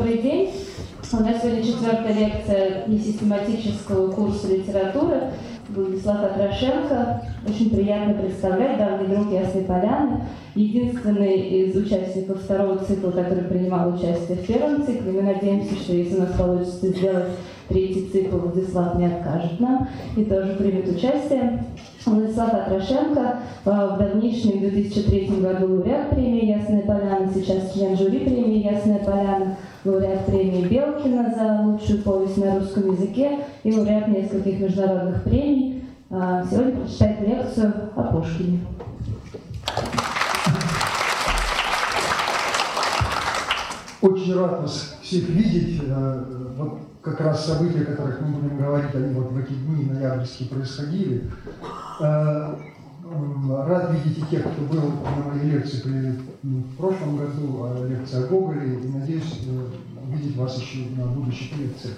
Добрый день. У нас сегодня 4-я лекция несистематического курса литературы. Владислав Атрошенко. Очень приятно представлять, давний друг Ясной Поляны. Единственный из участников второго цикла, который принимал участие в первом цикле. Мы надеемся, что если у нас получится сделать третий цикл, Владислав не откажет нам и тоже примет участие. Владислав Атрошенко в давнишнем 2003 году лауреат премии «Ясная Поляна», сейчас член жюри премии «Ясная Поляна», лауреат премии Белкина за лучшую повесть на русском языке и лауреат нескольких международных премий. Сегодня прочитает лекцию о Пушкине. Очень рад вас всех видеть. Вот как раз события, о которых мы будем говорить, они вот в эти дни ноябрьские происходили. Рад видеть и тех, кто был на моей лекции в прошлом году, лекция о Гоголе, и надеюсь увидеть вас еще на будущих лекциях.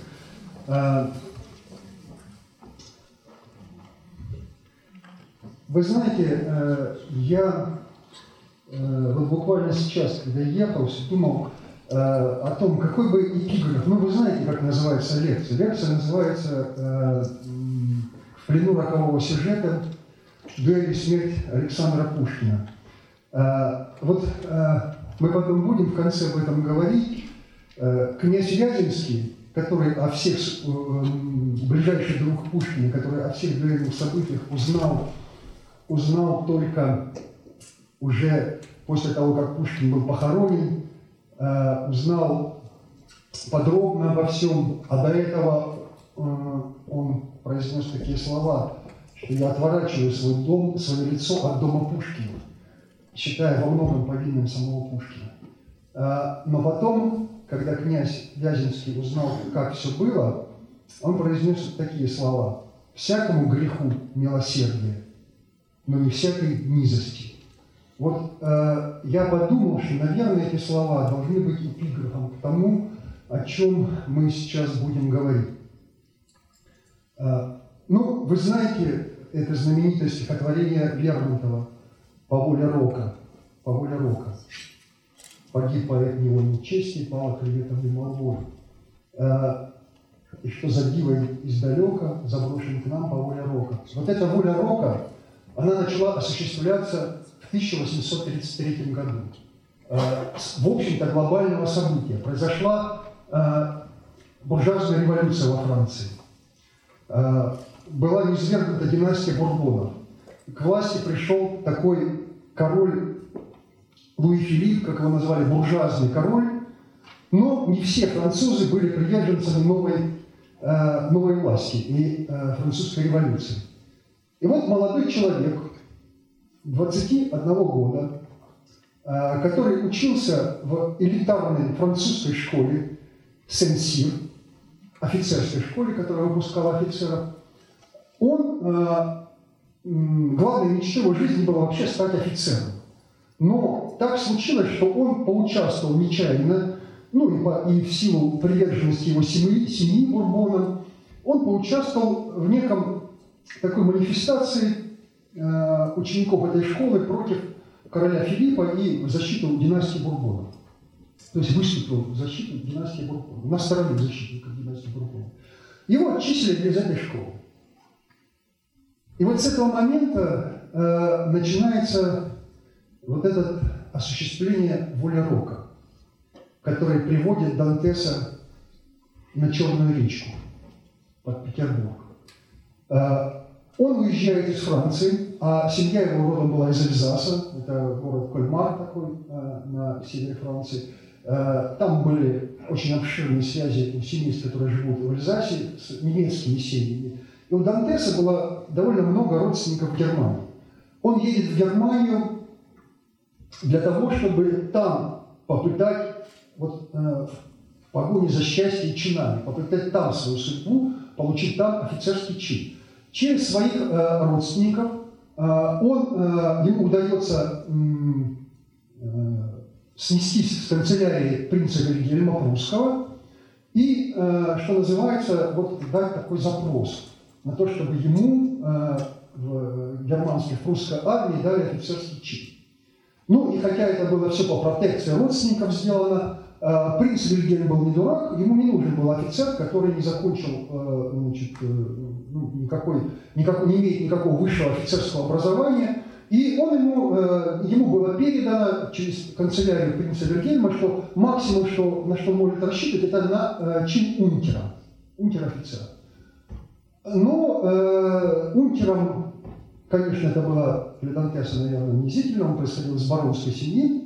Вы знаете, я вот буквально сейчас, когда ехал, думал о том, какой бы эпиграф, ну вы знаете, как называется лекция. Лекция называется «В плену рокового сюжета. Дуэль и смерть Александра Пушкина». Вот мы потом будем в конце об этом говорить. Князь Вяземский, который о всех, ближайший друг Пушкина, который о всех дуэльных событиях узнал только уже после того, как Пушкин был похоронен, узнал подробно обо всем, а до этого он произнес такие слова, что я отворачиваю свой дом, свое лицо от дома Пушкина, считая во многом повинным самого Пушкина. Но потом, когда князь Вяземский узнал, как все было, он произнес такие слова: «Всякому греху милосердие, но не всякой низости». Вот я подумал, что, наверное, эти слова должны быть эпиграфом к тому, о чем мы сейчас будем говорить. Ну, вы знаете, это знаменитое стихотворение Лермонтова «По воле рока». «По воле рока». Погиб поэт невольной чести, пала клеветом и молвой. И что за диво издалека заброшен к нам по воле рока. Вот эта воля рока, она начала осуществляться в 1833 году. В общем-то, глобального события. Произошла буржуазная революция во Франции. Была низвергнута династия Бурбонов. К власти пришел такой король Луи Филипп, как его назвали, буржуазный король. Но не все французы были приверженцами новой власти и французской революции. И вот молодой человек, 21 года, который учился в элитарной французской школе Сен-Сир, офицерской школе, которая выпускала офицеров, он, главной мечтой его жизни было вообще стать офицером. Но так случилось, что он поучаствовал нечаянно, ну и в силу приверженности его семьи Бурбонам, он поучаствовал в неком такой манифестации учеников этой школы против короля Филиппа и в защиту династии Бурбонов. То есть выступил в защиту династии Бурбонов, на стороне защитников династии Бурбонов. Его отчислили из этой школы. И вот с этого момента начинается вот это осуществление воли рока, который приводит Дантеса на Черную речку под Петербург. Он уезжает из Франции, а семья его родом была из Эльзаса, это город Кольмар такой на севере Франции. Там были очень обширные связи у семейств, которые живут в Эльзасе, с немецкими семьями. И у Дантеса было довольно много родственников в Германии. Он едет в Германию для того, чтобы там попытать, вот, в погоне за счастьем и чинами, попытать там свою судьбу, получить там офицерский чин. Через своих родственников ему удается снестись в канцелярии принца Вильгельма Прусского и, что называется, вот дать такой запрос на то, чтобы ему в германской прусской армии дали офицерский чин. Ну и хотя это было все по протекции родственников сделано, Принц Вильгельм был не дурак, ему не нужен был офицер, который не закончил, не имеет никакого высшего офицерского образования. И ему было передано через канцелярию принца Вильгельма, что максимум, на что он может рассчитывать, это на чин унтера, унтер-офицера. Но унтером, конечно, это было для Дантеса, наверное, унизительно, он происходил из баронской семьи.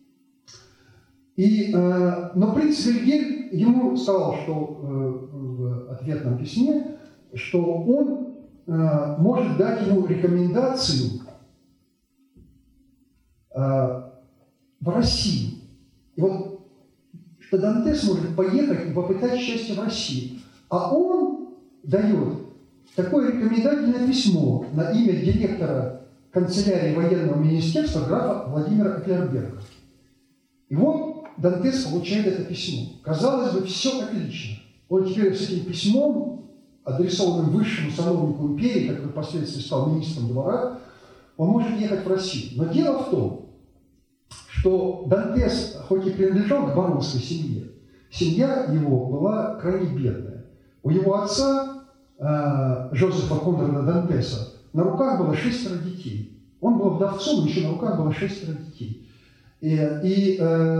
Но принц Вильгельм ему сказал, что в ответном письме, что он может дать ему рекомендацию в Россию. И вот что Дантес может поехать и попытать счастье в России. А он дает такое рекомендательное письмо на имя директора канцелярии военного министерства графа Владимира Эклерберга. И вот Дантес получает это письмо. Казалось бы, все отлично. Он теперь с этим письмом, адресованным высшему сановнику империи, который впоследствии стал министром двора, он может ехать в Россию. Но дело в том, что Дантес, хоть и принадлежал к баронской семье, семья его была крайне бедная. У его отца, Жозефа Конрада Дантеса, на руках было 6 детей. Он был вдовцом, но еще на руках было 6 детей. И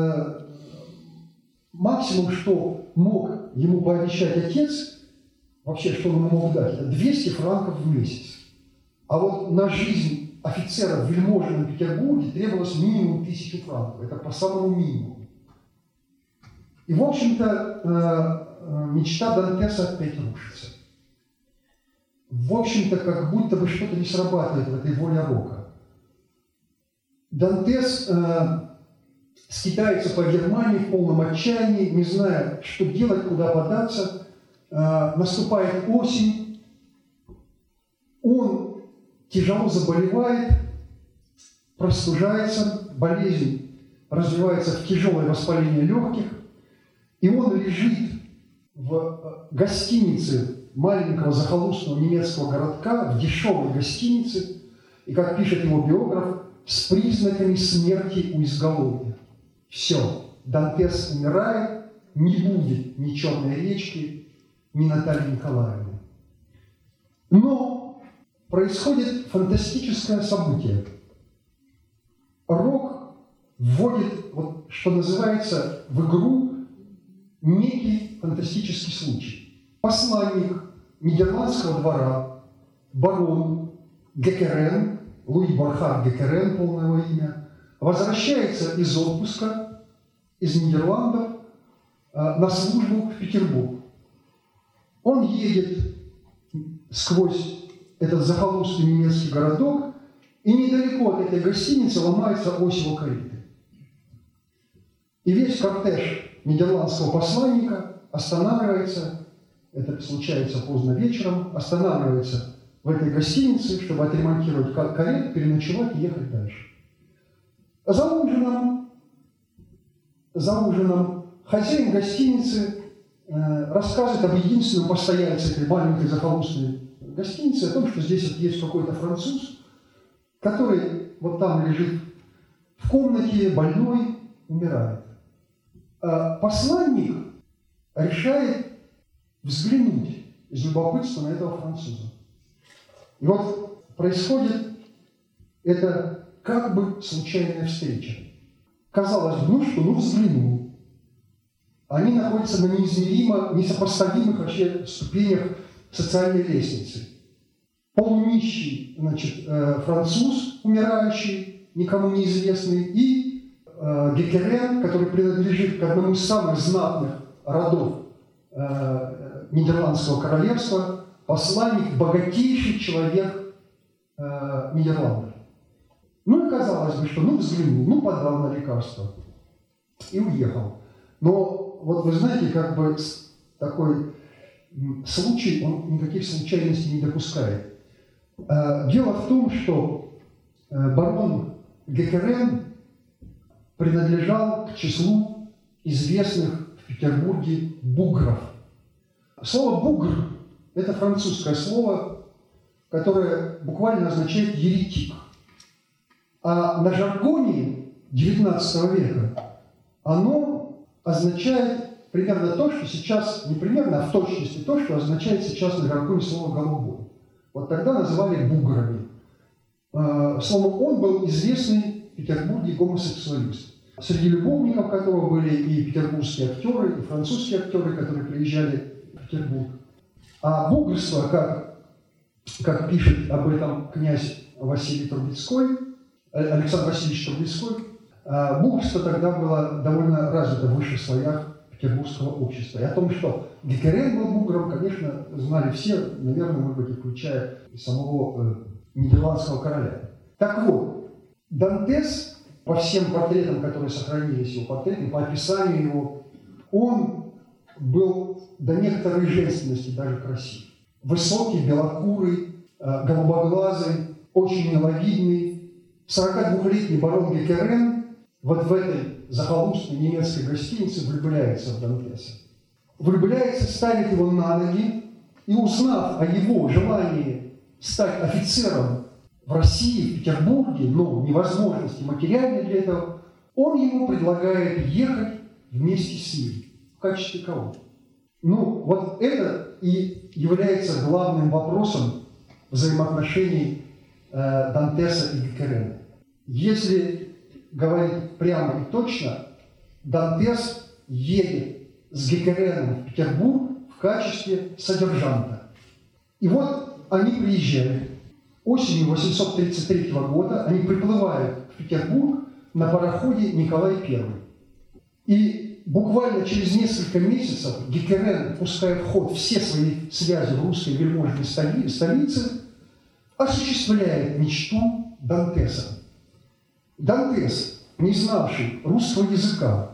максимум, что мог ему пообещать отец, вообще, что он ему мог дать, это 200 франков в месяц. А вот на жизнь офицера в вельможном Петербурге требовалось минимум 1000 франков. Это по самому минимуму. И, в общем-то, мечта Дантеса опять рушится. В общем-то, как будто бы что-то не срабатывает в этой воле рока. Дантес скитается по Германии в полном отчаянии, не зная, что делать, куда податься. Наступает осень. Он тяжело заболевает, простужается, болезнь развивается в тяжелое воспаление легких, и он лежит в гостинице маленького захолустного немецкого городка, в дешевой гостинице, и, как пишет его биограф, с признаками смерти у изголовья. Все, Дантес умирает, не будет ни Черной речки, ни Натальи Николаевны. Но происходит фантастическое событие. Рок вводит, вот, что называется, в игру некий фантастический случай. Посланник Нидерландского двора, барон Геккерен, Луи Борхард Геккерен, полное его имя, возвращается из отпуска, из Нидерландов, на службу в Петербург. Он едет сквозь этот захолустный немецкий городок, и недалеко от этой гостиницы ломается ось его кареты. И весь кортеж нидерландского посланника останавливается, это случается поздно вечером, останавливается в этой гостинице, чтобы отремонтировать карету, переночевать и ехать дальше. За ужином хозяин гостиницы рассказывает об единственном постояльце этой маленькой захолустной гостиницы, о том, что здесь вот есть какой-то француз, который вот там лежит в комнате, больной, умирает. Посланник решает взглянуть из любопытства на этого француза. И вот происходит это как бы случайная встреча. Казалось бы, взглянул. Они находятся на неизмеримо, несопоставимых вообще ступенях социальной лестницы. Полунищий, француз, умирающий, никому неизвестный, и Геккерен, который принадлежит к одному из самых знатных родов Нидерландского королевства, посланник, богатейший человек Нидерландов. Ну и казалось бы, что взглянул, подал на лекарство и уехал. Но вот вы знаете, как бы такой случай, он никаких случайностей не допускает. Дело в том, что барон Геккерен принадлежал к числу известных в Петербурге бугров. Слово «бугр» – это французское слово, которое буквально означает «еретик». А на жаргоне XIX века оно означает примерно то, что сейчас, не примерно, а в точности то, что означает сейчас на жаргоне слово «голубой». Вот тогда называли буграми. Словом, он был известный в Петербурге гомосексуалист, среди любовников которого были и петербургские актеры, и французские актеры, которые приезжали в Петербург. А бугрство, как пишет об этом князь Василий Трубецкой, Александр Васильевич Трубецкой, бугрство тогда было довольно развито в высших слоях петербургского общества. И о том, что Геккерен был бугром, конечно, знали все, наверное, может быть, и включая и самого нидерландского короля. Так вот, Дантес, по всем портретам, которые сохранились, его портреты, по описанию его, он был до некоторой женственности даже красив. Высокий, белокурый, голубоглазый, очень миловидный. 42-летний барон Геккерен вот в этой захолустной немецкой гостинице влюбляется в Дантеса. Влюбляется, ставит его на ноги, и, узнав о его желании стать офицером в России, в Петербурге, но невозможности материальной для этого, он ему предлагает ехать вместе с ним. В качестве кого? Ну, вот это и является главным вопросом взаимоотношений Дантеса и Геккерена. Если говорить прямо и точно, Дантес едет с Геккереном в Петербург в качестве содержанта. И вот они приезжают. Осенью 833 года они приплывают в Петербург на пароходе Николай I. И буквально через несколько месяцев Геккерен, пуская в ход все свои связи в русской вельможной столице, осуществляет мечту Дантеса. Дантес, не знавший русского языка,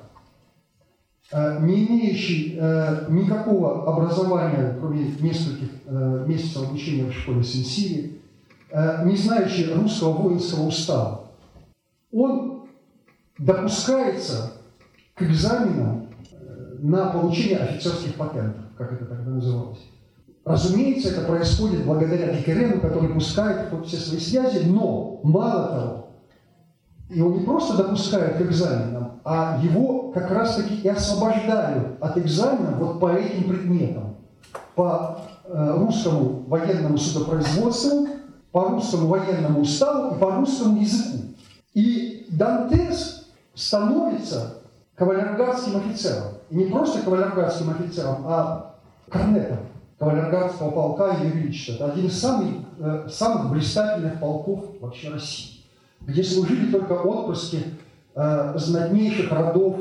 не имеющий никакого образования, кроме нескольких месяцев обучения в школе Сен-Сири, не знающий русского воинского устава, он допускается к экзаменам на получение офицерских патентов, как это тогда называлось. Разумеется, это происходит благодаря Геккерену, который пускает в ход все свои связи, но, мало того, его не просто допускают к экзаменам, а его как раз-таки и освобождают от экзаменов вот по этим предметам. По русскому военному судопроизводству, по русскому военному уставу и по русскому языку. И Дантес становится кавалергардским офицером. И не просто кавалергардским офицером, а корнетом кавалергардского полка Ее Величества. Это один из самых блистательных полков вообще России, где служили только отпрыски знатнейших родов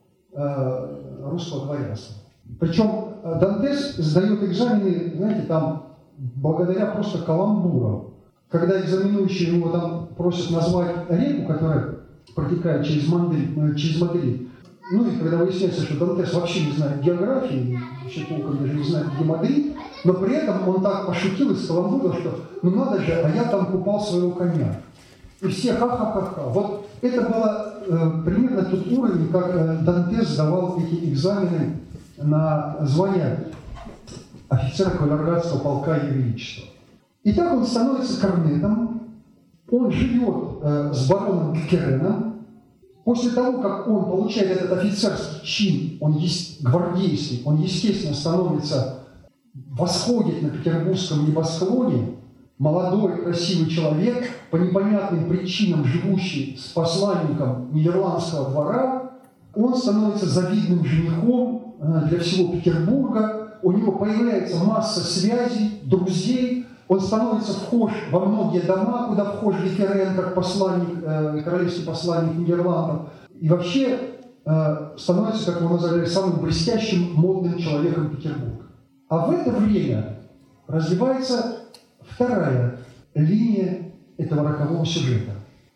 русского дворянства. Причем Дантес сдает экзамены, знаете, там благодаря просто каламбурам. Когда экзаменующие его там просят назвать реку, которая протекает через Мадрид, ну и когда выясняется, что Дантес вообще не знает географии, вообще толком даже не знает, где Мадрид, но при этом он так пошутил из каламбура, что ну надо же, а я там купал своего коня. И все ха-ха-ха-ха. Вот это было примерно тот уровень, как Дантес сдавал эти экзамены на звание офицера кавалергардского полка Ее Величества. И так он становится корнетом, он живет с бароном Геккереном. После того, как он получает этот офицерский чин, он есть гвардейский, он, естественно, становится, восходит на петербургском небосклоне, молодой, красивый человек, по непонятным причинам живущий с посланником нидерландского двора, он становится завидным женихом для всего Петербурга, у него появляется масса связей, друзей, он становится вхож во многие дома, куда вхож Геккерен, как посланник, королевский посланник Нидерландов, и вообще становится, как его назвали, самым блестящим модным человеком Петербурга. А в это время развивается вторая линия этого рокового сюжета.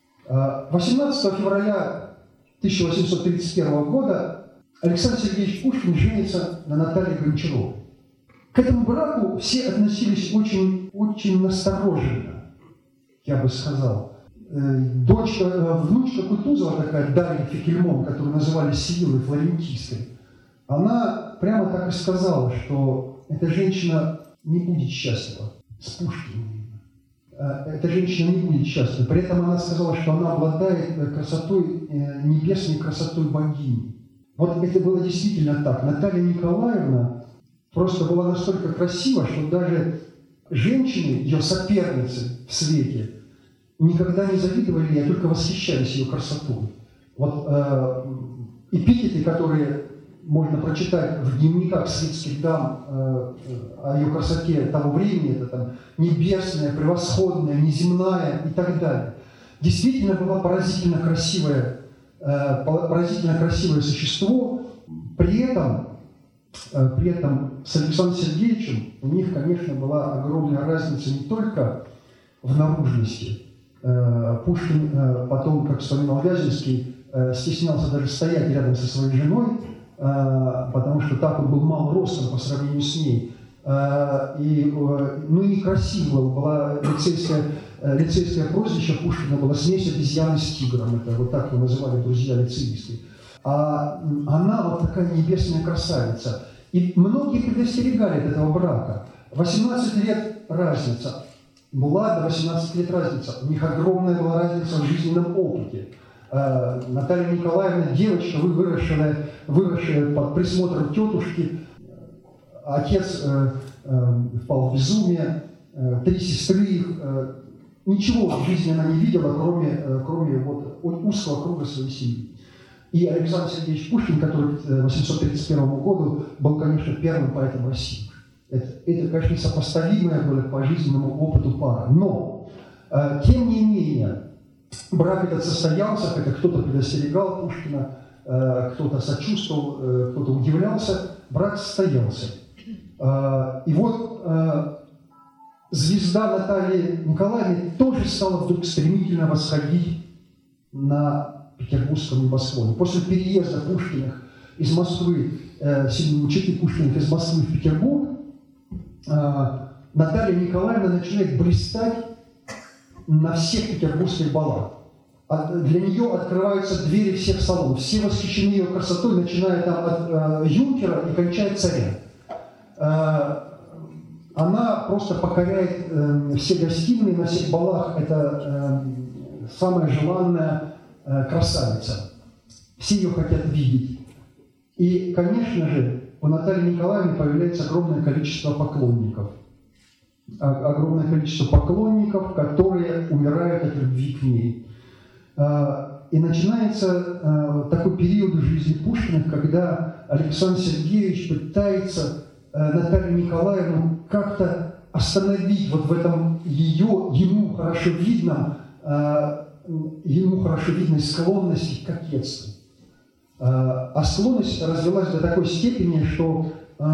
18 февраля 1831 года Александр Сергеевич Пушкин женится на Наталье Гончаровой. К этому браку все относились очень, очень настороженно, я бы сказал. Внучка Кутузова, такая Дарья Фекельмон, которую называли Сивиллой Флорентийской, она прямо так и сказала, что эта женщина не будет счастлива с Пушкиным. Эта женщина не будет счастлива. При этом она сказала, что она обладает красотой, небесной красотой богини. Вот это было действительно так. Наталья Николаевна просто была настолько красива, что даже женщины, ее соперницы в свете, никогда не завидовали ей, а только восхищались ее красотой. Вот эпитеты, которые можно прочитать в дневниках светских дам о ее красоте того времени, это там небесная, превосходная, неземная и так далее. Действительно была поразительно красивое существо. При этом с Александром Сергеевичем у них, конечно, была огромная разница не только в наружности. Пушкин потом, как вспоминал Вяземский, стеснялся даже стоять рядом со своей женой, потому что так он был мал ростом по сравнению с ней. И некрасиво была лицейское прозвище Пушкина было «Смесь обезьяны с тигром». Это вот так его называли друзья-лицеисты. А она вот такая небесная красавица. И многие предостерегали от этого брака. 18 лет разница. Была до 18 лет разница. У них огромная была разница в жизненном опыте. Наталья Николаевна, девочка, выросшая под присмотром тетушки, отец впал в безумие, 3 сестры их, ничего в жизни она не видела, кроме вот узкого круга своей семьи. И Александр Сергеевич Пушкин, который к 1831 году был, конечно, первым поэтом России. Это, конечно, несопоставимая была по жизненному опыту пара. Но, тем не менее, брак этот состоялся, хотя кто-то предостерегал Пушкина, кто-то сочувствовал, кто-то удивлялся, брак состоялся. И вот звезда Натальи Николаевны тоже стала вдруг стремительно восходить на петербургском небосводе. После переезда Пушкиных из Москвы, четы Пушкиных из Москвы в Петербург, Наталья Николаевна начинает блистать на всех петербургских балах. Для нее открываются двери всех салонов. Все восхищены ее красотой, начиная там от юнкера и кончая царя. Она просто покоряет все гостиные на всех балах. Это самая желанная красавица. Все ее хотят видеть. И, конечно же, у Натальи Николаевны появляется огромное количество поклонников. Огромное количество поклонников, которые умирают от любви к ней. И начинается такой период в жизни Пушкиных, когда Александр Сергеевич пытается Наталью Николаевну как-то остановить вот в этом ему хорошо видной склонности к кокетству. А склонность развилась до такой степени, что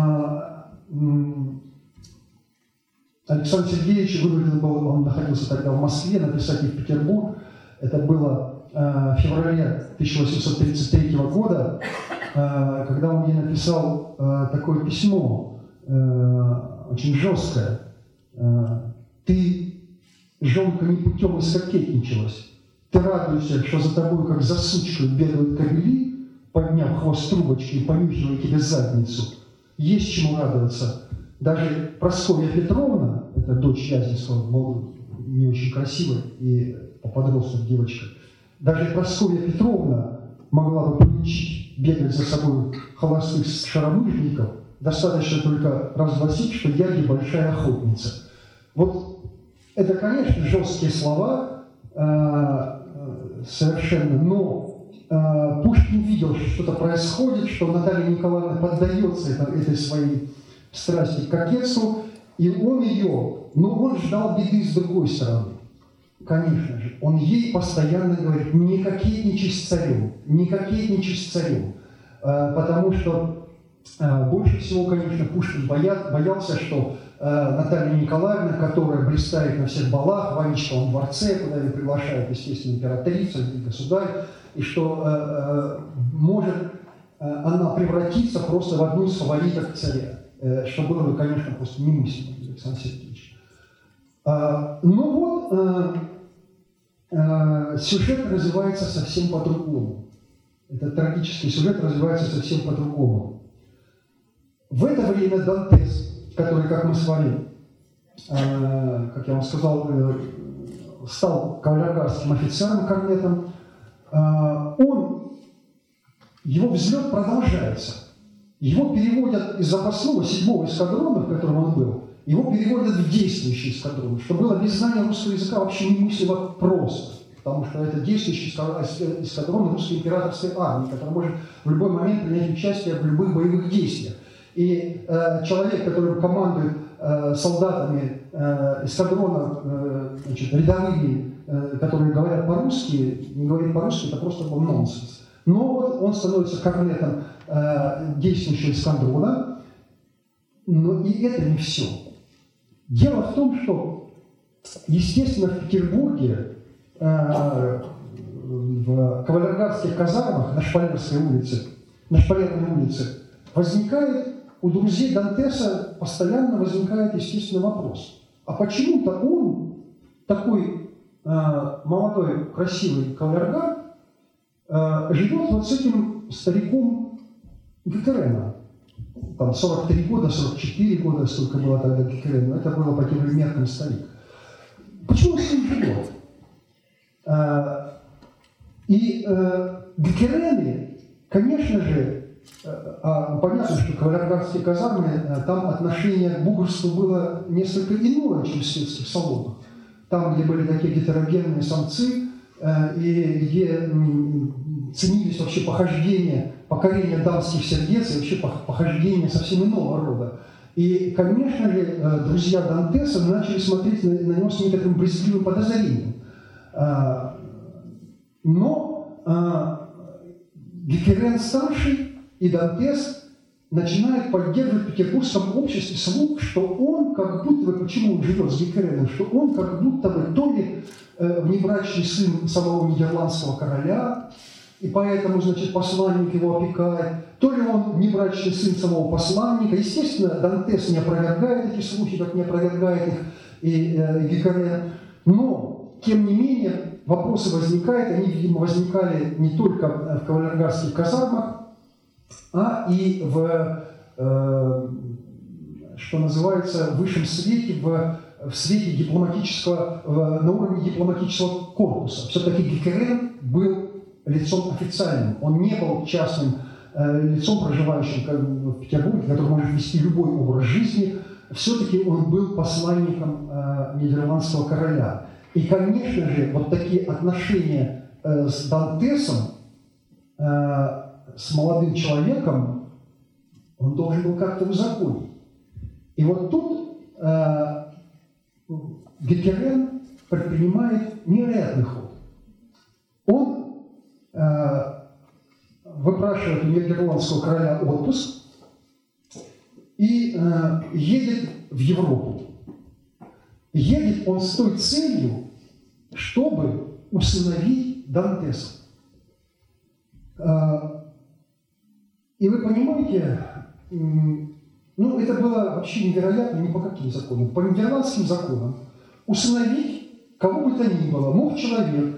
Александр Сергеевич вынужден был, он находился тогда в Москве, написать ей в Петербург. Это было в феврале 1833 года, когда он ей написал такое письмо, очень жесткое. «Ты, жонка, не путем искокетничалась. Ты радуешься, что за тобой, как за сучкой, бегают кобели, подняв хвост трубочки и понюхивая тебе задницу. Есть чему радоваться. Даже Прасковья Петровна, это дочь Вяземского, не очень красивая и по-подростку девочка, даже Прасковья Петровна могла бы приучить бегать за собой холостых шаромыжников, достаточно только разгласить, что я не большая охотница». Вот это, конечно, жесткие слова совершенно, но Пушкин видел, что что-то происходит, что Наталья Николаевна поддается этой своей страсти к кокетству, и он он ждал беды с другой стороны. Конечно же, он ей постоянно говорит: не кокетничай с царем, не кокетничай с царем. Потому что больше всего, конечно, Пушкин боялся, что Наталья Николаевна, которая блистает на всех балах, в Ванечковом дворце, куда ее приглашает, естественно, императрица, государь, и что может она превратиться просто в одну из фавориток царя, что было бы, конечно, просто немыслимо для Александра Сергеевича. Сюжет развивается совсем по-другому. Этот трагический сюжет развивается совсем по-другому. В это время Дантес, который, как мы с вами, как я вам сказал, стал кавалергарским офицером, корнетом, он его взлет продолжается. Его переводят из запасного 7-го эскадрона, в котором он был, его переводят в действующий эскадрон, что было без знания русского языка вообще немыслимо просто. Потому что это действующий эскадрон русской императорской армии, который может в любой момент принять участие в любых боевых действиях. И человек, который командует солдатами эскадрона, рядовыми, которые говорят по-русски, не говорит по-русски, это просто был нонсенс. Но вот он становится корнетом действующего эскадрона, но и это не все. Дело в том, что, естественно, в Петербурге, в кавалергардских казармах на Шпалерной улице возникает у друзей Дантеса постоянно возникает естественный вопрос. А почему-то он, такой молодой, красивый кавалергард, живет вот с этим стариком Геккереном. Там 43 года, 44 года, столько было тогда Геккерену. Это было по тем меркам старик. Почему он с ним живет? И Геккерены, конечно же, понятно, что кавалергардские казармы, там отношение к бугорству было несколько иное, чем в светских салонах. Там, где были такие гетерогенные самцы, и где ценились вообще покорение дамских сердец и вообще похождения совсем иного рода. И, конечно же, друзья Дантеса начали смотреть на него с некоторым брезгливым подозрением. Но Геккерен-старший и Дантес начинают поддерживать в петербургском обществе слух, что он как будто бы, почему он живет с Геккереном, что он как будто бы то ли внебрачный сын самого нидерландского короля, и поэтому, значит, посланник его опекает, то ли он внебрачный сын самого посланника. Естественно, Дантес не опровергает эти слухи, как не опровергает их и Геккерен. Но, тем не менее, вопросы возникают, они, видимо, возникали не только в кавалергардских казармах, а и в, что называется, в высшем свете, в свете дипломатического, на уровне дипломатического корпуса. Все-таки Геккерен был лицом официальным, он не был частным лицом, проживающим в Петербурге, который может вести любой образ жизни. Все-таки он был посланником нидерландского короля. И, конечно же, вот такие отношения с Дантесом, с молодым человеком, он должен был как-то узаконить. И вот тут Геккерен предпринимает невероятный ход. Он выпрашивает у нидерландского короля отпуск и едет в Европу. Едет он с той целью, чтобы усыновить Дантеса. И вы понимаете, ну, это было вообще невероятно ни по каким законам. По нидерландским законам усыновить кого бы то ни было мог человек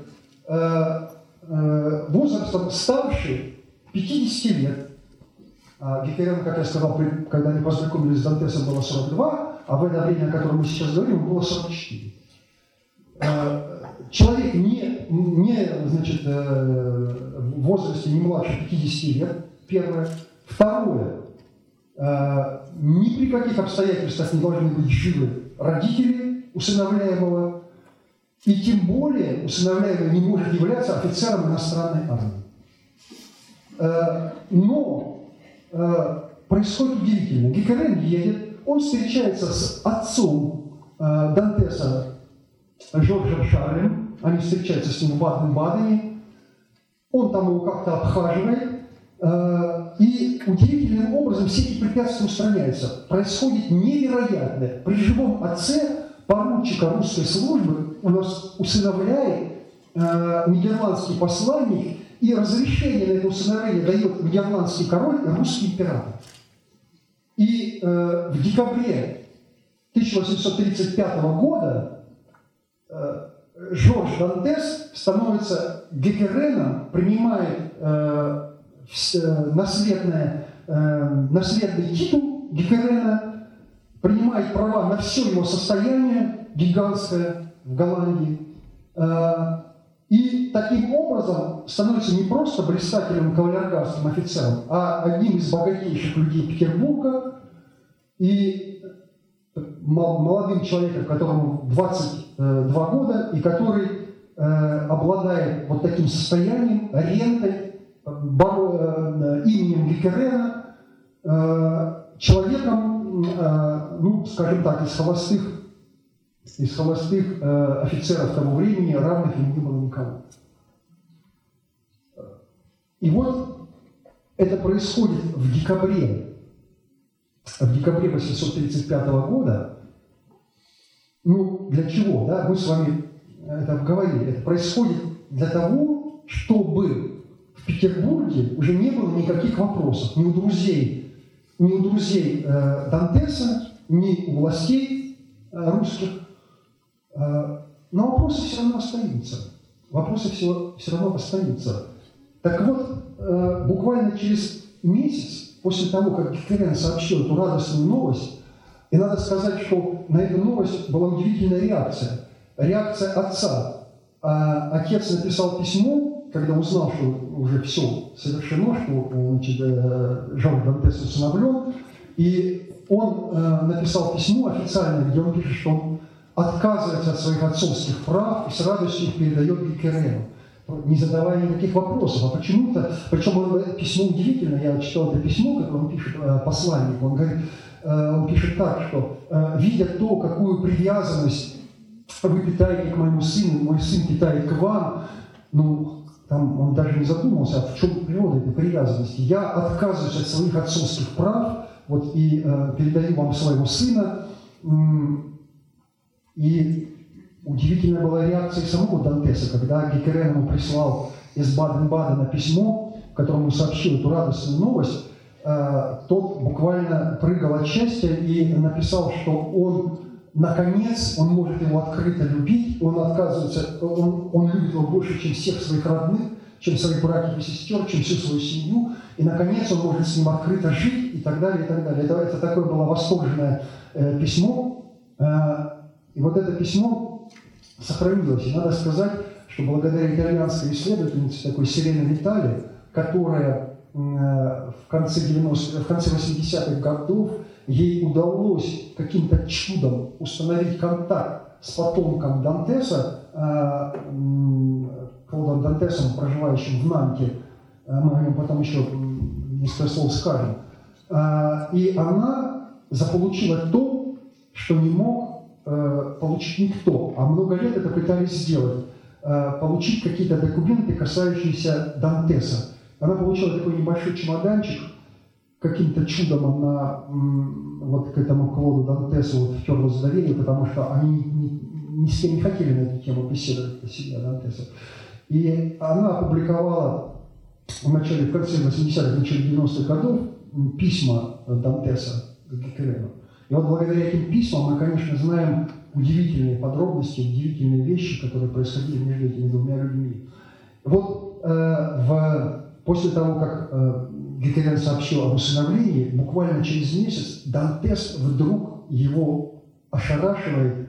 возрастом старше 50 лет. Геккерен, как я сказал, когда они познакомились с Дантесом, было 42, а в это время, о котором мы сейчас говорим, было 44. Человек значит, в возрасте не младше 50 лет, первое. Второе, ни при каких обстоятельствах не должны быть живы родители усыновляемого, и тем более усыновляемый не может являться офицером иностранной армии. Но происходит удивительно. Геккерен едет, он встречается с отцом Дантеса, Жоржем Шарлем, они встречаются с ним в Баден-Бадене, он там его как-то обхаживает, и удивительным образом все эти препятствия устраняются. Происходит невероятное. При живом отце поручика русской службы у нас усыновляет нидерландский посланник, и разрешение на это усыновление дает нидерландский король и русский император. И в декабре 1835 года Жорж Дантес становится Геккереном, принимает наследный титул Геккерена, принимает права на все его состояние гигантское в Голландии. И таким образом образом становится не просто блистательным кавалергардским офицером, а одним из богатейших людей Петербурга и молодым человеком, которому 22 года, и который обладает вот таким состоянием, рентой, именем Геккерена, человеком, ну, скажем так, из холостых офицеров того времени, равных ему не было никого. И вот это происходит в декабре 835 года. Ну, для чего? Да? Мы с вами это говорили. Это происходит для того, чтобы в Петербурге уже не было никаких вопросов ни у друзей Дантеса, ни у властей русских. Но вопросы все равно остаются. Так вот, буквально через месяц после того, как Геккерен сообщил эту радостную новость, и надо сказать, что на эту новость была удивительная реакция. Реакция отца. Отец написал письмо, когда узнал, что уже все совершено, что Жорж Дантес усыновлен, и он написал письмо официально, где он пишет, что он отказывается от своих отцовских прав и с радостью их передает Геккерену, не задавая никаких вопросов. А почему-то, причем письмо удивительно, я читал это письмо, которое он пишет посланнику, он говорит, он пишет так, что видя то, какую привязанность вы питаете к моему сыну, мой сын питает к вам, ну, там он даже не задумался, в чем природа этой привязанности. Я отказываюсь от своих отцовских прав, вот, и передаю вам своего сына. И удивительная была реакция самого Дантеса, когда Геккерен ему прислал из Баден-Бадена письмо, в котором он сообщил эту радостную новость, тот буквально прыгал от счастья и написал, что он, наконец, он может его открыто любить, он отказывается, он любит его больше, чем всех своих родных, чем своих братьев и сестер, чем всю свою семью, и, наконец, он может с ним открыто жить, и так далее, и так далее. Это такое было восторженное письмо, и вот это письмо сохранилось. И надо сказать, что благодаря итальянской исследовательнице, такой Сирене Витали, которая в конце 80-х годов, ей удалось каким-то чудом установить контакт с потомком Дантеса, Клодом Дантесом, проживающим в Нанте. Мы о нем потом еще несколько слов скажем. И она заполучила то, что не мог получить никто. А много лет это пытались сделать. Получить какие-то документы, касающиеся Дантеса. Она получила такой небольшой чемоданчик, каким-то чудом она вот к этому Клоду Дантесу вот втерлась в доверие, потому что они ни с кем не хотели на эту тему беседовать, это семья Дантеса. И она опубликовала в конце 80-х, начале 90-х годов письма Дантеса к Геккерену. И вот благодаря этим письмам мы, конечно, знаем удивительные подробности, удивительные вещи, которые происходили между этими двумя людьми. Вот после того, как Геккерен сообщил об усыновлении, буквально через месяц Дантес вдруг его ошарашивает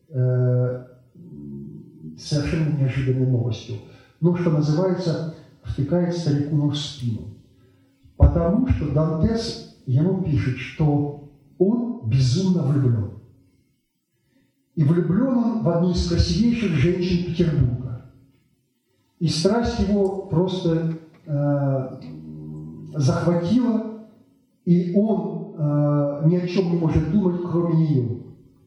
совершенно неожиданной новостью. Ну, что называется, втыкает старику в спину. Потому что Дантес ему пишет, что он безумно влюблен. И влюблен он в одну из красивейших женщин Петербурга. И страсть его просто захватила, и он ни о чем не может думать, кроме нее.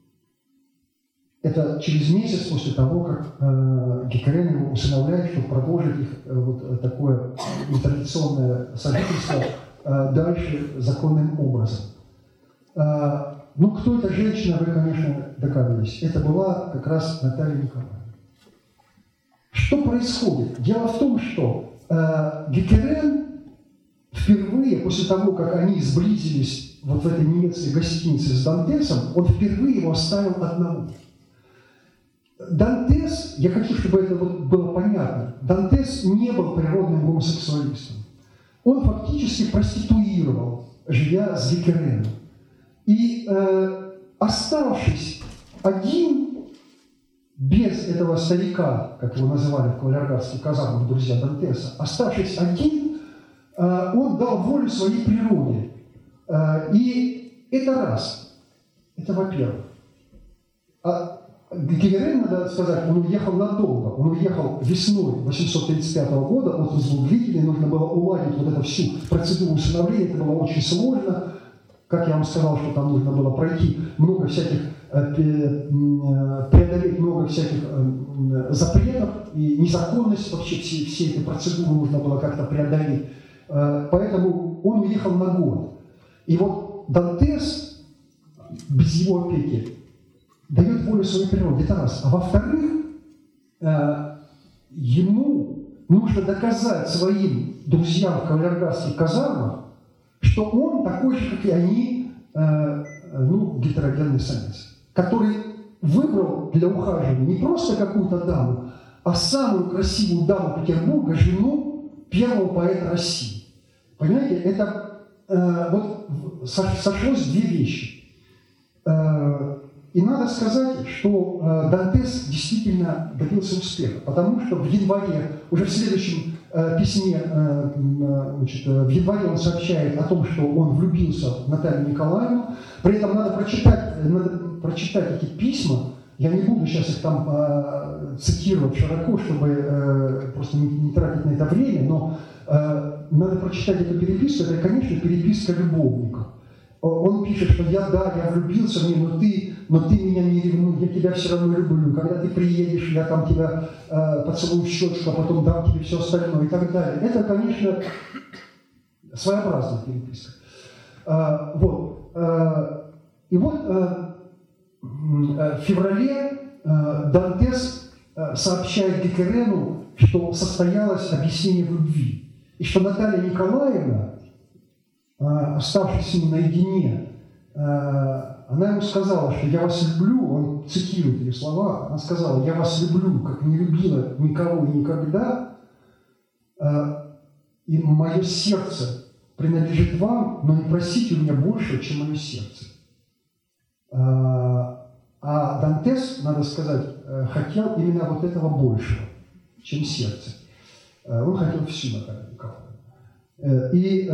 Это через месяц после того, как Геккерен его усыновляет, чтобы продолжить их вот такое нетрадиционное сожительство дальше законным образом. Ну, кто эта женщина, вы, конечно, догадываетесь. Это была как раз Наталья Николаевна. Что происходит? Дело в том, что Геккерен впервые, после того, как они сблизились вот в этой немецкой гостинице с Дантесом, он впервые его оставил одного. Дантес, я хочу, чтобы это вот было понятно, Дантес не был природным гомосексуалистом. Он фактически проституировал, живя с Геккереном. И оставшись один, без этого старика, как его называли в кавалергардских казармах друзья Дантеса, оставшись один, он дал волю своей природе. И это раз. Это во-первых. Гикерен, надо сказать, он уехал надолго. Он уехал весной 835 года, отпуск был длительный, нужно было уладить вот эту всю процедуру усыновления, это было очень сложно. Как я вам сказал, что там нужно было пройти много всяких, преодолеть много всяких запретов и незаконность вообще всей этой процедуры нужно было как-то преодолеть. Поэтому он уехал на год. И вот Дантес без его опеки дает волю своей природе, это раз. А во-вторых, ему нужно доказать своим друзьям в кавалергардских казармах, что он такой же, как и они, гетерогенный самец, который выбрал для ухаживания не просто какую-то даму, а самую красивую даму Петербурга, жену первого поэта России. Понимаете, это вот сошлось две вещи. И надо сказать, что Дантес действительно добился успеха, потому что в январе, уже в следующем письме, в январе он сообщает о том, что он влюбился в Наталью Николаевну. При этом надо прочитать эти письма. Я не буду сейчас их там цитировать широко, чтобы просто не тратить на это время, но надо прочитать эту переписку. Это, конечно, переписка любовников. Он пишет, что я влюбился в нее, но ты меня не ревнуй, я тебя все равно люблю. Когда ты приедешь, я там тебя поцелую в щечку, а потом дам тебе все остальное и так далее. Это, конечно, своеобразная переписка. И вот в феврале Дантес сообщает Гикерену, что состоялось объяснение в любви, и что Наталья Николаевна, оставшись с ним наедине, она ему сказала, что «я вас люблю», он цитирует ее слова, она сказала: «Я вас люблю, как не любила никого и никогда, и мое сердце принадлежит вам, но не просите у меня больше, чем мое сердце». А Дантес, надо сказать, хотел именно вот этого большего, чем сердце. Он хотел всю Наталью Николаевну. И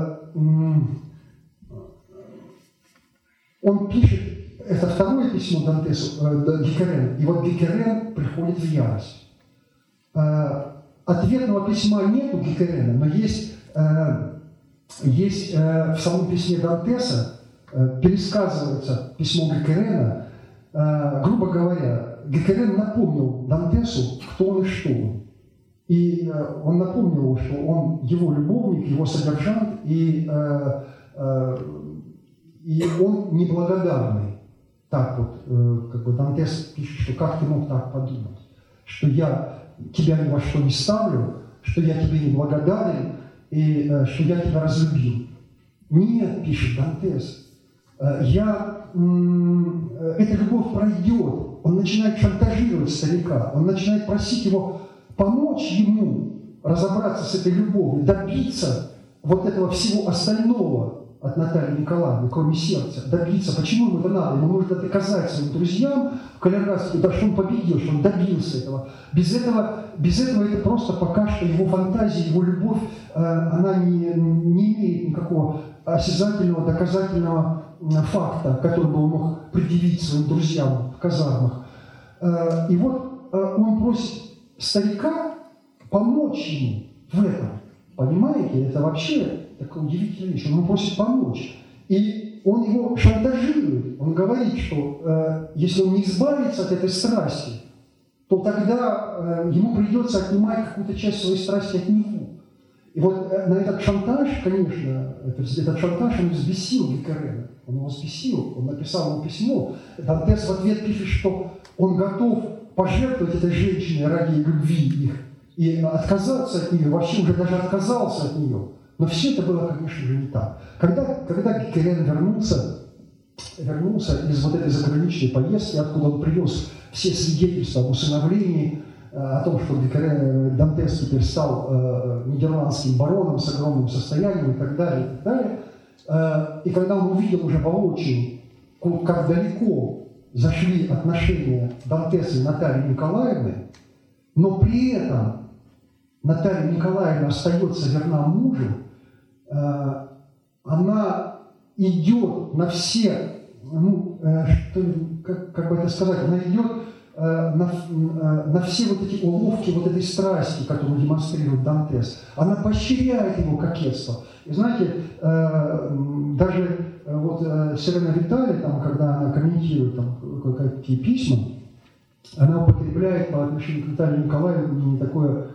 он пишет, это второе письмо Дантесу, Гикерену, и вот Гикерен приходит в ярость. Ответного письма нет у Гикерена, но есть в самом письме Дантеса, пересказывается письмо Гикерена. Грубо говоря, Гикерен напомнил Дантесу, кто он и что он. И он напомнил, что он его любовник, его содержант, и он неблагодарный. Так вот, как бы Дантес пишет, что как ты мог так подумать, что я тебя ни во что не ставлю, что я тебе не благодарен, и что я тебя разлюбил. Нет, пишет Дантес, эта любовь пройдет. Он начинает шантажировать старика, он начинает просить его помочь ему разобраться с этой любовью, добиться вот этого всего остального от Натальи Николаевны, кроме сердца, добиться. Почему ему это надо? Ему нужно доказать своим друзьям в Кавалергардске, что он победил, что он добился этого. Без этого это просто пока что его фантазия, его любовь, она не имеет никакого осязательного, доказательного факта, который бы он мог предъявить своим друзьям в казармах. И вот он просит старика помочь ему в этом. Понимаете, это вообще такая удивительная вещь. Он ему просит помочь. И он его шантажирует. Он говорит, что если он не избавится от этой страсти, то тогда ему придется отнимать какую-то часть своей страсти от него. И вот на этот шантаж, конечно, этот шантаж он взбесил Гикерена. Он его взбесил, он написал ему письмо. Дантес в ответ пишет, что он готов пожертвовать этой женщине ради любви их и отказаться от нее, вообще уже даже отказался от нее. Но все это было, конечно же, не так. Когда Гикерен вернулся из вот этой заграничной поездки, откуда он привез все свидетельства об усыновлении, о том, что Дантес теперь стал нидерландским бароном с огромным состоянием и так далее, и так далее. И когда он увидел уже воочию, как далеко зашли отношения Дантеса и Натальи Николаевны, но при этом Наталья Николаевна остается верна мужу, она идет на все, как бы это сказать, она идет на все вот эти уловки вот этой страсти, которую демонстрирует Дантес. Она поощряет его кокетство. И знаете, даже вот Сирена Витали, там, когда она комментирует там, какие письма, она употребляет по отношению к Наталье Николаевне такое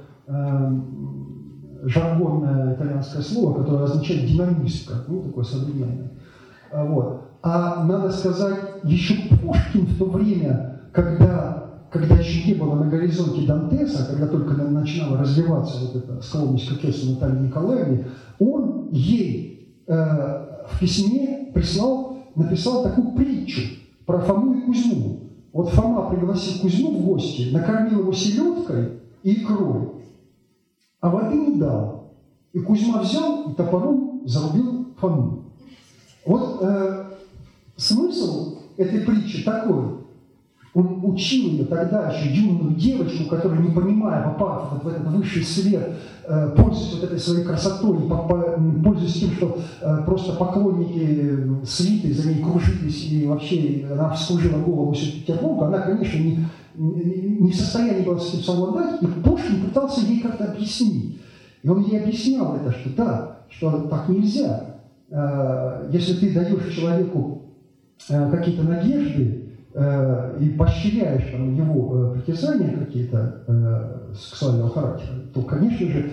жаргонное итальянское слово, которое означает динамистка, ну, такое современное. Вот. А надо сказать, еще Пушкин в то время, когда еще не было на горизонте Дантеса, когда только начинала развиваться вот эта склонность к кокетству Натальи Николаевне, он ей в письме написал такую притчу про Фому и Кузьму. Вот Фома пригласил Кузьму в гости, накормил его селедкой и икрой, а воды не дал. И Кузьма взял и топором зарубил Фому. Вот смысл этой притчи такой. Он учил ее тогда еще юную девочку, которая, не понимая, попав вот в этот высший свет, пользуясь вот этой своей красотой, пользуясь тем, что просто поклонники свиты за ней кружились, и вообще она вскружила голову всю Петербургу, она, конечно, не в состоянии была с этим совладать, и Пушкин пытался ей как-то объяснить. И он ей объяснял это, что да, что так нельзя. Если ты даешь человеку какие-то надежды, и поощряешь там, его притязания какие-то сексуального характера, то, конечно же,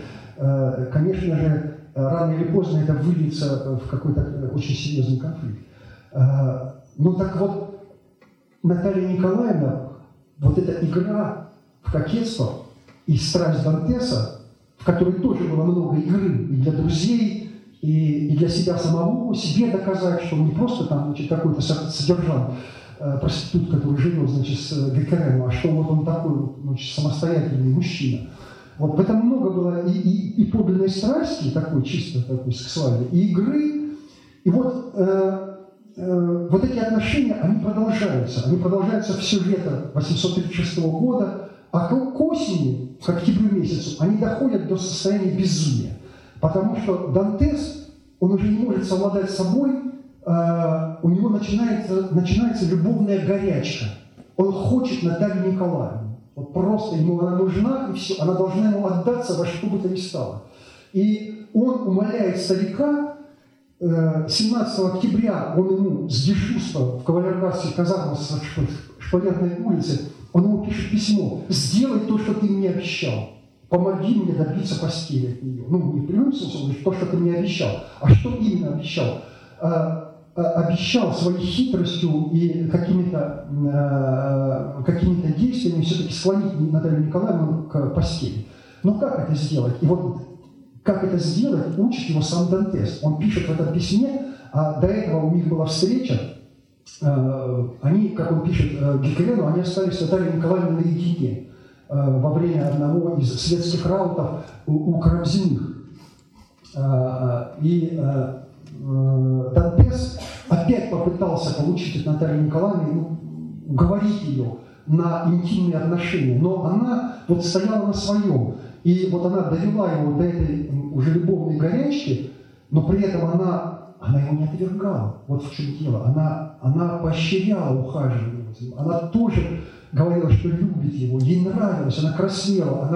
рано или поздно это выльется в какой-то очень серьезный конфликт. Ну так вот, Наталья Николаевна, вот эта игра в кокетство и страсть Дантеса, в которой тоже было много игры и для друзей, и для себя самого, себе доказать, что он не просто там, значит, какой-то содержан, проститут, который живет, значит, с Геккереном, а что вот он такой, значит, самостоятельный мужчина. Вот в этом много было и подлинной страсти, такой чисто такой сексуальной, и игры. И вот эти отношения, они продолжаются все лето 836 года, а к осени, к октябрю месяцу, они доходят до состояния безумия. Потому что Дантес, он уже не может совладать с собой, у него начинается любовная горячка. Он хочет Наталью Николаевну. Вот просто ему она нужна, и все. Она должна ему отдаться во что бы то ни стало. И он умоляет старика, 17 октября он ему с дежурства в кавалергардских казармах с Шпалерной улицы, он ему пишет письмо: «Сделай то, что ты мне обещал. Помоги мне добиться постели от нее». Ну, не в прямом смысле, он говорит, то, что ты мне обещал. А что именно обещал? Обещал своей хитростью и какими-то действиями все-таки склонить Наталью Николаевну к постели. Но как это сделать? И вот как это сделать, учит его сам Дантес. Он пишет в этом письме, а до этого у них была встреча, они, как он пишет Геккерену, они остались с Натальей Николаевной наедине во время одного из светских раутов у Карамзиных. И Дантес опять попытался получить от Натальи Николаевны, уговорить ее на интимные отношения, но она вот стояла на своем. И вот она довела его до этой уже любовной горячки, но при этом она его не отвергала. Вот в чем дело. Она поощряла ухаживание. Она тоже говорила, что любит его, ей нравилось, она краснела,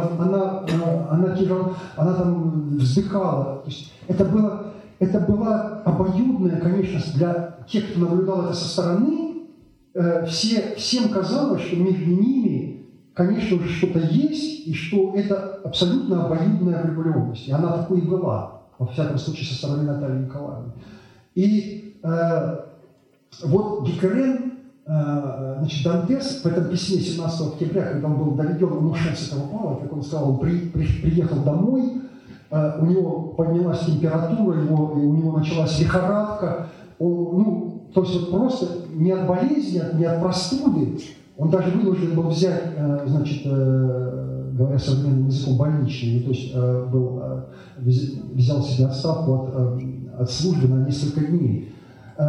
она там вздыхала. То есть это было обоюдное, конечно, для тех, кто наблюдал это со стороны. Всем казалось, что между ними, конечно, уже что-то есть, и что это абсолютно обоюдная влюбленность. И она такой и была, во всяком случае, со стороны Натальи Николаевны. И вот Геккерен, значит, Дантес в этом письме 17 октября, когда он был доведен, ему шанс этого мало, как он сказал, он приехал домой, у него поднялась температура, у него началась лихорадка, то есть вот просто не от болезни, не от простуды, он даже вынужден был взять, значит, говоря современным языком, больничный, то есть взял себе отставку от службы на несколько дней.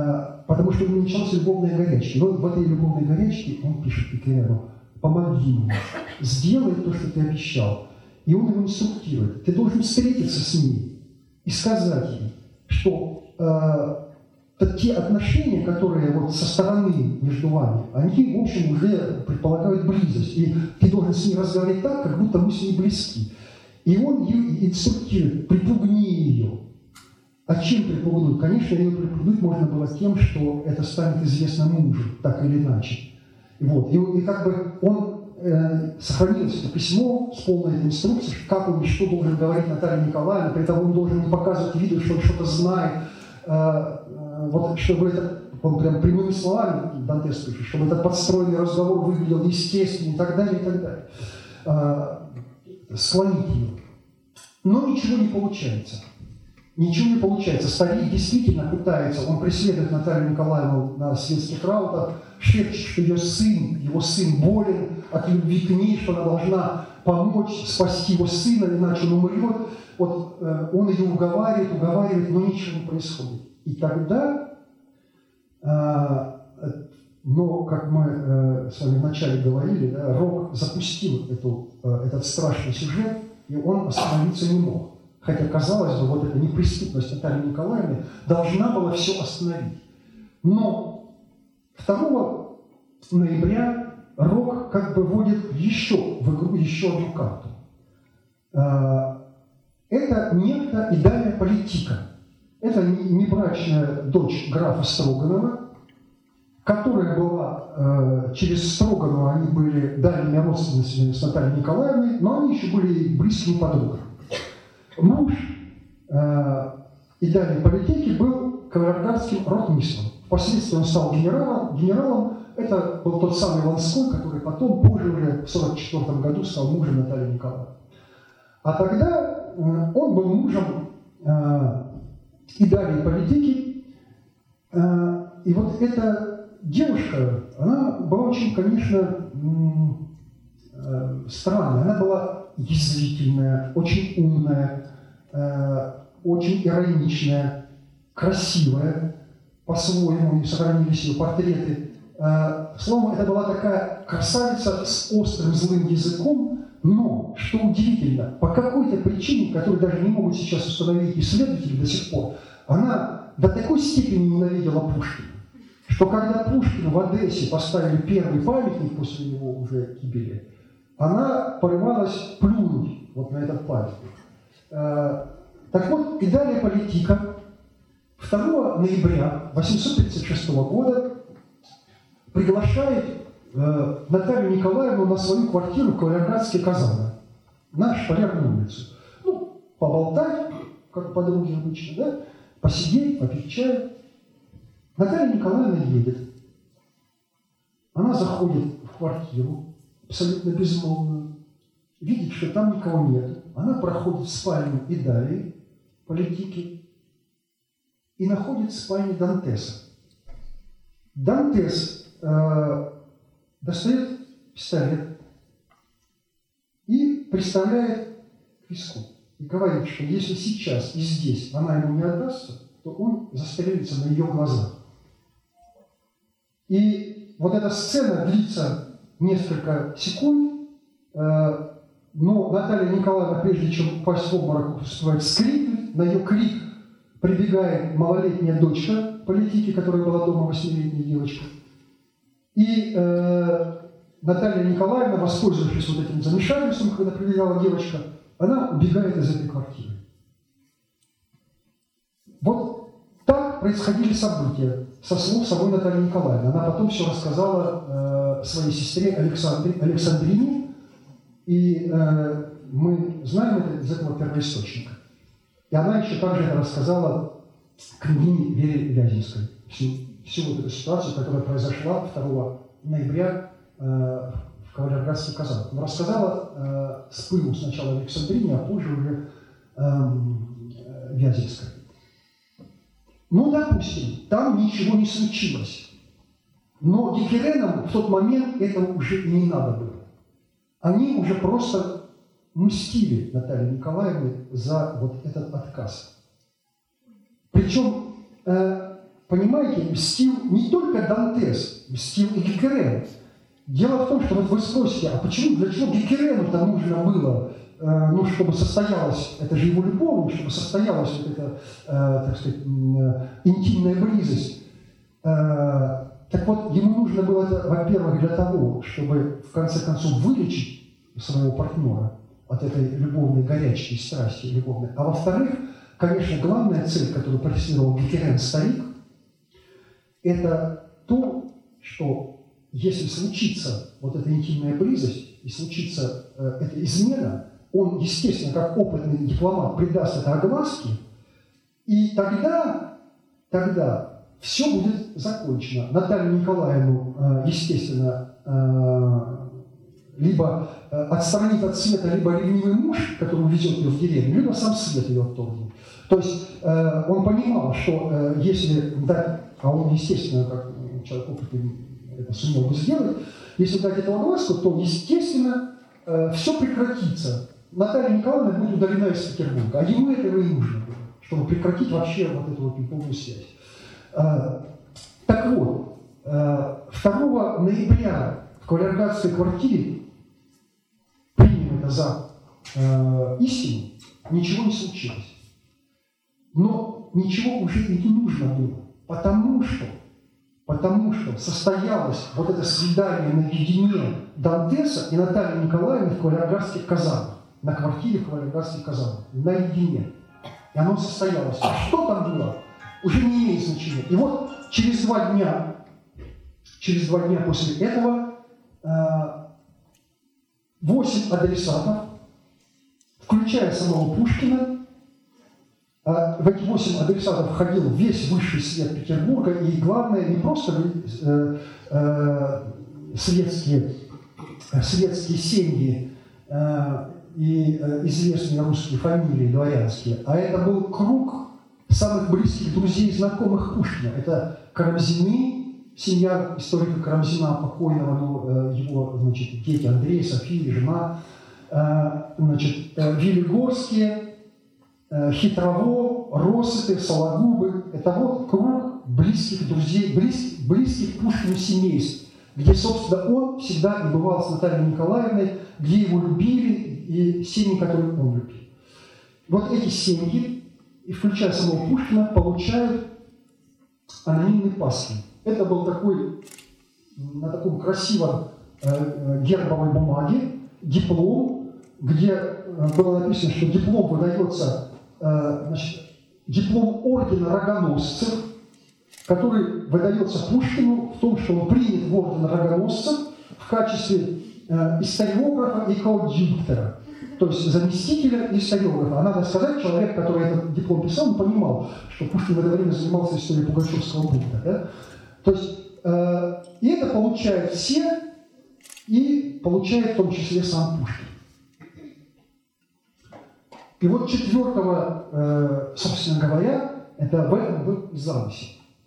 потому что у него началась любовная горячка. Но в этой любовной горячке он пишет Пикерену: помоги мне, сделай то, что ты обещал. И он его инструктирует: ты должен встретиться с ней и сказать ей, что те отношения, которые вот со стороны между вами, они, в общем, уже предполагают близость. И ты должен с ней разговаривать так, как будто мы с ней близки. И он ее инструктирует: припугни ее. А чем припугнуть? Конечно, ее припугнуть можно было тем, что это станет известно мужу, так или иначе. Вот. И как бы он сохранилось это письмо с полной этой инструкцией, как он и что должен говорить Наталья Николаевна, при этом он должен не показывать виду, что он что-то знает, вот, чтобы это, он прям прямыми словами, Дантес пишет, чтобы этот подстроенный разговор выглядел естественно и так далее, и так далее. Склонить ее. Но ничего не получается. Ничего не получается. Старик действительно пытается, он преследует Наталью Николаевну на светских раутах, шепчет, что ее сын, его сын болен от любви к ней, что она должна помочь спасти его сына, иначе он умрет. Вот он ее уговаривает, но ничего не происходит. И тогда, но, как мы с вами вначале говорили, да, Рок запустил этот страшный сюжет, и он остановиться не мог. Хотя, казалось бы, вот эта неприступность Натальи Николаевны должна была все остановить. Но 2 ноября Рок как бы вводит в игру еще одну карту. Это некто Идалия Политика. Это небрачная дочь графа Строганова, которая была, через Строганова они были дальними родственницами с Натальей Николаевной, но они еще были близкими подругами. Муж Идалии Политики был кавалергардским ротмистром. Впоследствии он стал генералом. Это был тот самый Ланской, который потом, позже уже в 1944 году стал мужем Натальи Николаевны. А тогда он был мужем Идалии Политики. И вот эта девушка, она была очень, конечно, странная. Она была язвительная, очень умная, очень ироничная, красивая. По-своему сохранились ее портреты. Словом, это была такая красавица с острым злым языком, но, что удивительно, по какой-то причине, которую даже не могут сейчас установить исследователи до сих пор, она до такой степени ненавидела Пушкина, что когда Пушкину в Одессе поставили первый памятник после его уже гибели, она порывалась плюнуть вот на этот памятник. Так вот, Идалия Политика 2 ноября 1836 года приглашает Наталью Николаевну на свою квартиру в Кавалергардские казармы, на Шпалерную улицу. Ну, поболтать, как подруги обычно, да? Посидеть, попить чай. Наталья Николаевна едет. Она заходит в квартиру, абсолютно безмолвную, видит, что там никого нет. Она проходит в спальню Идалии Политики и находит в спальне Дантеса. Дантес достает пистолет и приставляет к виску. И говорит, что если сейчас и здесь она ему не отдастся, то он застрелится на ее глазах. И вот эта сцена длится несколько секунд, но Наталья Николаевна, прежде чем упасть в обморок, успевает вскрикнуть. На ее крик прибегает малолетняя дочка Политики, которая была дома, 8-летняя девочка. И Наталья Николаевна, воспользовавшись вот этим замешательством, когда прибегала девочка, она убегает из этой квартиры. Вот так происходили события, со слов самой Натальи Николаевны. Она потом все рассказала своей сестре Александрине, и мы знаем это из этого первоисточника. И она еще также это рассказала княгине Вере Вяземской. Всю вот эту ситуацию, которая произошла 2 ноября в Кавалергардских казармах. Она рассказала с пылу сначала Александрине, а позже уже Вяземской. Ну, допустим, там ничего не случилось. Но Геккеренам в тот момент этого уже и не надо было. Они уже просто мстили Наталье Николаевне за вот этот отказ. Причем понимаете, мстил не только Дантес, мстил и Геккерен. Дело в том, что вот вы спросите, а почему, для чего Геккерену-то нужно было, ну, чтобы состоялась, это же его любовь, чтобы состоялась вот эта, так сказать, интимная близость. Так вот, ему нужно было это, во-первых, для того, чтобы в конце концов вылечить своего партнера от этой любовной горячки, страсти любовной. А во-вторых, конечно, главная цель, которую преследовал Геккерен-старик, это то, что если случится вот эта интимная близость и случится эта измена, он, естественно, как опытный дипломат, придаст это огласке, и тогда все будет закончено. Наталью Николаевну, естественно, либо отстранит от света либо ревнивый муж, который везет ее в деревню, либо сам свет ее отторгнет. То есть он понимал, что если дать, а он, естественно, как человек опытный, это сумел бы сделать, если дать эту огласку, то, естественно, все прекратится. Наталья Николаевна будет удалена из Петербурга, а ему этого и нужно было, чтобы прекратить вообще вот эту вот любовную связь. Так вот, 2 ноября в кавалергардской квартире, приняв это за истину, ничего не случилось. Но ничего уже и не нужно было, потому что состоялось вот это свидание наедине Дантеса и Натальи Николаевны в кавалергардских казармах, на квартире в кавалергардских казармах, наедине. И оно состоялось. А что там было, уже не имеет значения. И вот через 2 дня после этого 8 адресатов, включая самого Пушкина, в эти 8 адресатов входил весь высший свет Петербурга, и главное, не просто светские семьи и известные русские фамилии дворянские, а это был круг самых близких друзей и знакомых Пушкина. Это Карамзины, семья историка Карамзина, покойного, но его, значит, дети Андрей, София, жена, значит, Велигорские, Хитрово, Россыпи, Сологубы. Это вот круг близких друзей, близких Пушкину семейств, где, собственно, он всегда и бывал с Натальей Николаевной, где его любили, и семьи, которые он любил. Вот эти семьи, и включая самого Пушкина, получают анонимный паспорт. Это был такой, на таком красивом гербовой бумаге, диплом, где было написано, что диплом выдается, значит, диплом ордена рогоносцев, который выдается Пушкину в том, что он принят в орден рогоносцев в качестве историографа и коадьюктора, то есть заместителя историографа. А надо сказать, человек, который этот диплом писал, он понимал, что Пушкин в это время занимался историей Пугачевского бунта. Да? То есть, и это получают все, и получает в том числе сам Пушкин. И вот 4-го, собственно говоря, это в этом был замысел.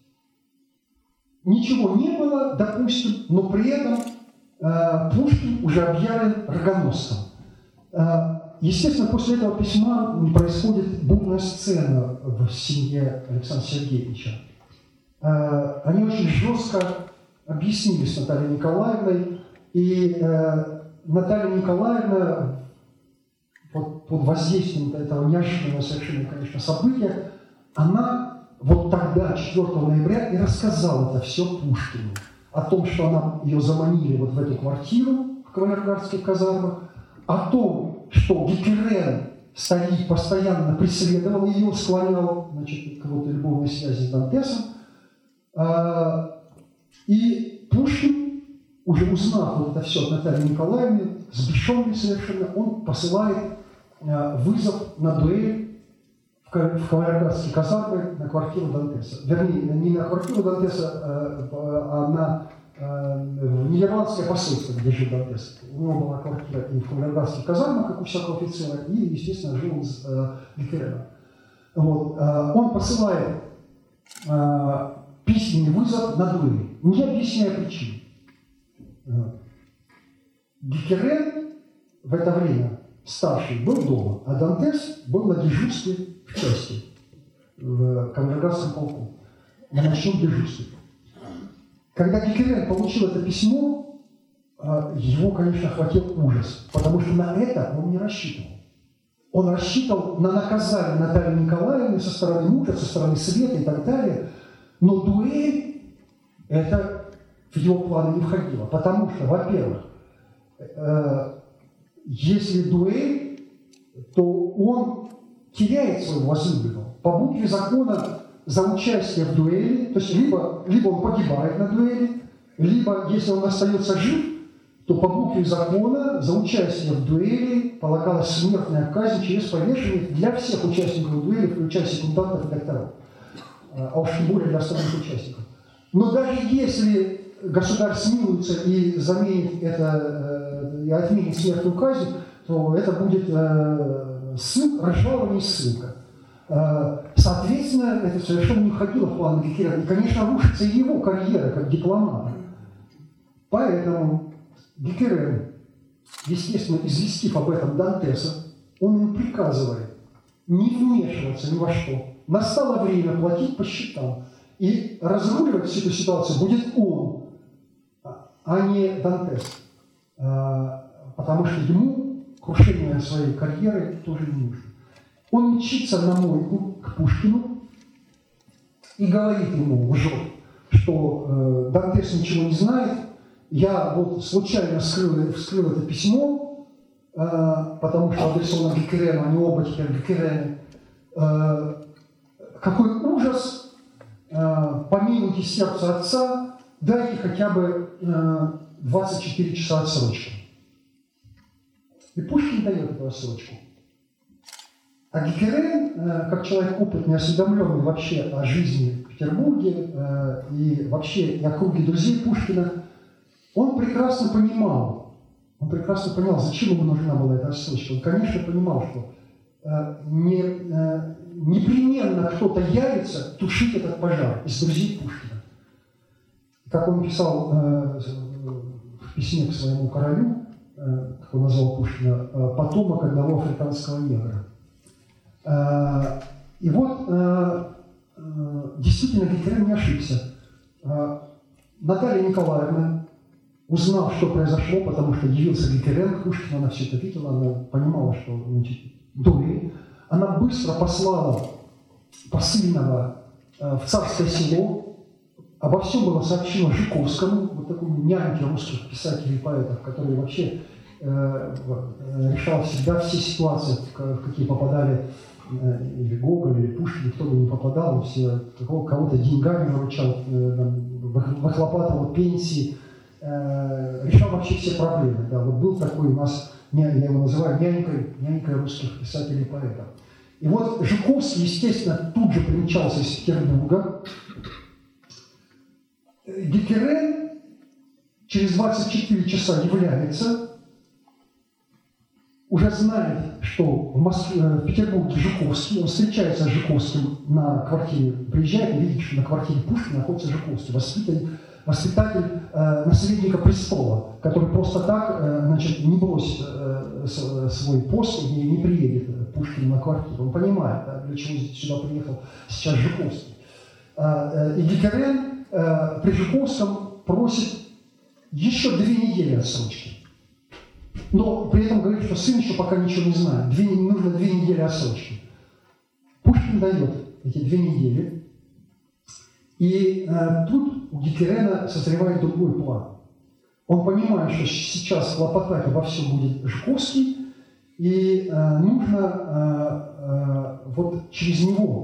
Ничего не было, допустим, но при этом Пушкин уже объявлен рогоносцем. Естественно, после этого письма происходит бурная сцена в семье Александра Сергеевича. Они очень жестко объяснились с Натальей Николаевной, и Наталья Николаевна под воздействием этого неожиданного совершенно, конечно, события, она вот тогда, 4 ноября, и рассказала это все Пушкину. О том, что ее заманили вот в эту квартиру в кавалергардских казармах, о том, что Геккерен, старик, постоянно преследовал ее, склонял, значит, к вот любовной связи с Дантесом. И Пушкин, уже узнав вот это все от Натальи Николаевны, сбешенный совершенно, он посылает вызов на дуэль в кавалергардские казармы на квартиру Дантеса. Вернее, не на квартиру Дантеса, а на нидерландское посольство, где жил Дантес. У него была квартира и в кавалергардских казармах, как у всякого офицера, и, естественно, жил он с Геккереном. Вот. Он посылает письменный вызов на дуэль, не объясняя причин. Геккерен в это время старший был дома, а Дантес был на дежурстве в части, в кавалергардском полку. на ночном дежурстве. Когда Геккерен получил это письмо, его, конечно, охватил ужас, потому что на это он не рассчитывал. Он рассчитывал на наказание Натальи Николаевны со стороны мужа, со стороны Света и так далее, но дуэль это в его планы не входило, потому что, во-первых, если дуэль, то он теряет своего возлюбленного. По букве закона за участие в дуэли, то есть либо он погибает на дуэли, либо, если он остается жив, то по букве закона за участие в дуэли полагалась смертная казнь через повешение для всех участников дуэли, включая секундантов и докторов, а уж тем более для остальных участников. Но даже если государь смилуется и заменит это, и отменит смертную казнь, то это будет разжалование и ссылка. Соответственно, это совершенно не входило в план Геккерена. И, конечно, рушится и его карьера как дипломата. Поэтому Геккерен, естественно, известив об этом Дантеса, он ему приказывает не вмешиваться ни во что. Настало время платить по счетам. И разруливать всю эту ситуацию будет он, а не Дантес. Потому что ему крушение своей карьеры тоже не нужно. Он мчится на мойку к Пушкину и говорит ему, лжет, что Дантес ничего не знает. Я вот случайно вскрыл это письмо, потому что адресовано Геккерену, они оба теперь Геккерены. Какой ужас! Помилуйте сердце отца, дайте хотя бы 24 часа отсрочки. И Пушкин дает эту отсрочку. А Геккерен, как человек опытный, осведомленный вообще о жизни в Петербурге и вообще и о круге друзей Пушкина, он прекрасно понимал, зачем ему нужна была эта отсрочка. Он, конечно, понимал, что непременно кто-то явится тушить этот пожар из друзей Пушкина. Как он писал в письме к своему королю, как он назвал Пушкина, потомок одного африканского негра. И вот действительно Геккерен не ошибся. Наталья Николаевна, узнав, что произошло, потому что явился Геккерен, Пушкин, она все это видела, она понимала, что дуэль. Она быстро послала посыльного в Царское Село. Обо всем было сообщено Жуковскому, вот такому няньке русских писателей и поэтов, который вообще решал всегда все ситуации, в какие попадали или Гоголь, или Пушкин, кто бы не попадал, он все кого-то деньгами выручал, выхлопатывал пенсии, решал вообще все проблемы. Да. Вот был такой у нас, я его называю нянькой русских писателей и поэтов. И вот Жуковский, естественно, тут же примчался из Петербурга. Геккерен через 24 часа является, уже знает, что в Петербурге Жуковский, он встречается с Жуковским на квартире, приезжает и видит, что на квартире Пушкина находится Жуковский, воспитатель наследника престола, который просто так, значит, не бросит свой пост и не приедет Пушкин на квартиру. Он понимает, да, для чего сюда приехал сейчас Жуковский. И Геккерен при Жуковском просит еще 2 недели отсрочки. Но при этом говорит, что сын еще пока ничего не знает. Нужно 2 недели отсрочки. Пушкин дает эти 2 недели. И тут у Геккерена созревает другой план. Он понимает, что сейчас хлопотать обо всем будет Жуковский, и нужно вот через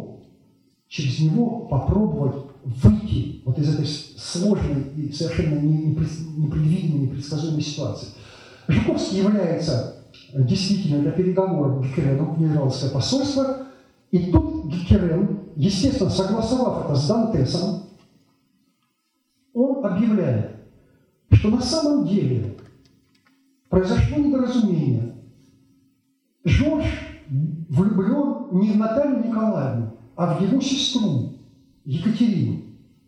него попробовать выйти вот из этой сложной и совершенно непредвиденной, непредсказуемой ситуации. Жуковский является действительно для переговоров Геккерена в генеральское посольство, и тут Геккерен, естественно, согласовав это с Дантесом, он объявляет, что на самом деле произошло недоразумение. Жорж влюблен не в Наталью Николаевну, а в его сестру Екатерину.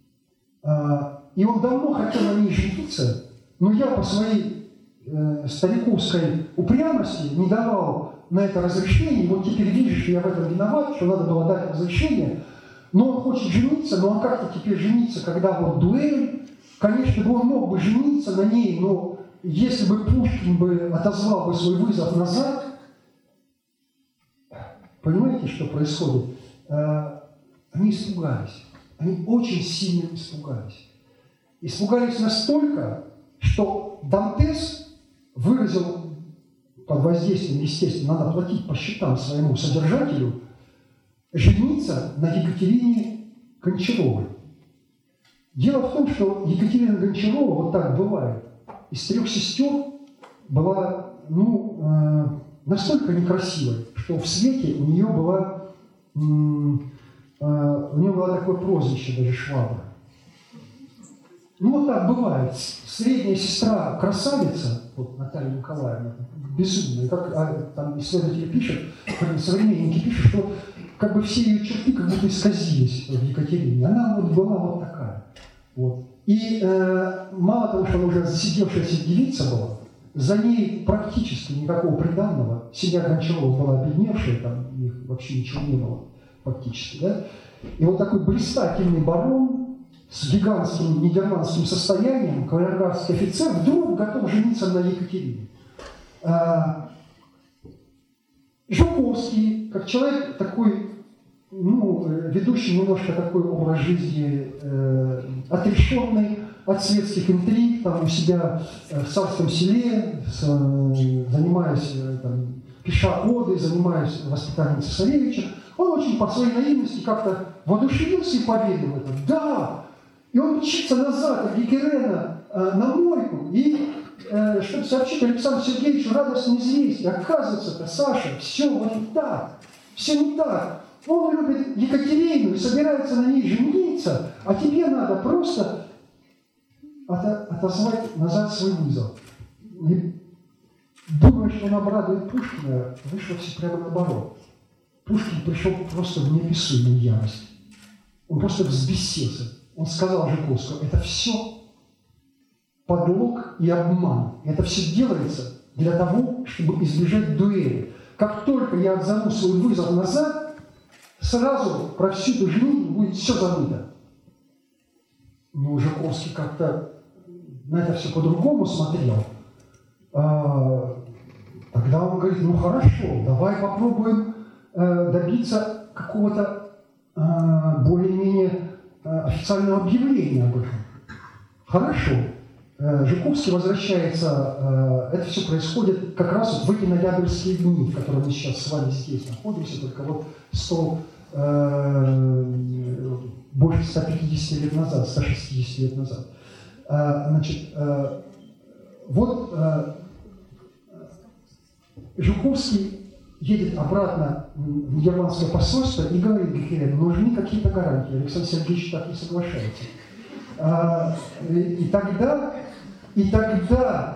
И он давно хотел на ней жениться, но я по своей стариковской упрямости не давал на это разрешение. И вот теперь вижу, что я в этом виноват, что надо было дать разрешение. но он хочет жениться, ну а как-то теперь жениться, когда вот дуэль? Конечно, он мог бы жениться на ней, но если бы Пушкин бы отозвал бы свой вызов назад, понимаете, что происходит? Они испугались. Они очень сильно испугались. Испугались настолько, что Дантес выразил под воздействием, естественно, надо платить по счетам своему содержателю, жениться на Екатерине Гончаровой. Дело в том, что Екатерина Гончарова, вот так бывает, из 3 сестер была настолько некрасивой, что в свете у нее было такое прозвище, даже Швабра. Ну вот так бывает. Средняя сестра красавица, вот Наталья Николаевна, безумная, как там исследователи пишут, современники пишут, что как бы все ее черты как будто исказились в Екатерине. Она вот была вот такая. Вот. И мало того, что она уже засидевшаяся девица была, за ней практически никакого приданного. Семья Гончарова была обедневшая, там у них вообще ничего не было фактически. Да? И вот такой блистательный барон с гигантским нидерландским состоянием, кавалергардский офицер, вдруг готов жениться на Екатерине. Жуковский, как человек такой, ведущий немножко такой образ жизни отрешенный от светских интриг, там у себя в Царском Селе, занимаясь, пиша оды, занимаясь воспитанием цесаревича, он очень по своей наивности как-то воодушевился и поверил в это. Да! И он мчится назад от Геккерена на мойку, и чтобы сообщить Александру Сергеевичу радостное известие. Оказывается-то, Саша, все вот не так. Все не так. Он любит Екатерину и собирается на ней жениться, а тебе надо просто отозвать назад свой вызов. И, думая, что он обрадует Пушкина, вышло все прямо наоборот. Пушкин пришел просто в неописуемую ярость. Он просто взбесился. Он сказал Жуковскому: это все подлог и обман. Это все делается для того, чтобы избежать дуэли. Как только я отзову свой вызов назад, сразу про всю эту женитьбу будет все забыто. Но Жуковский как-то на это все по-другому смотрел. Тогда он говорит: ну хорошо, давай попробуем добиться какого-то более-менее официального объявления об этом. Хорошо. Жуковский возвращается, это все происходит как раз вот в эти ноябрьские дни, в которые мы сейчас с вами здесь находимся, только вот больше 150 лет назад, 160 лет назад. Жуковский едет обратно в нидерландское посольство и говорит Геккерену: нужны какие-то гарантии. Александр Сергеевич так не соглашается. И тогда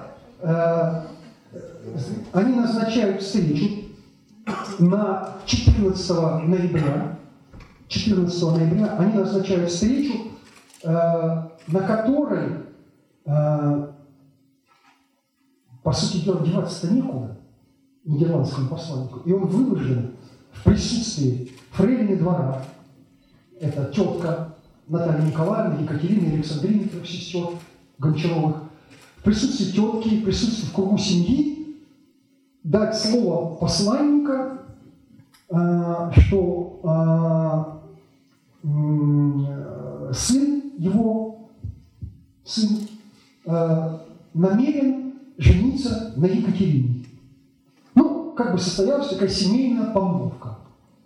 они назначают встречу на 14 ноября. 14 ноября они назначают встречу, на которой, по сути дела, деваться-то некуда нидерландскому посланнику. И он вынужден в присутствии фрейлины двора, это тетка Наталья Николаевна, Екатерина, Александрина, 3 сестер Гончаровых, в присутствии тетки, в присутствии в кругу семьи дать слово посланника, что его сын намерен жениться на Екатерине. Ну, как бы состоялась такая семейная помолвка.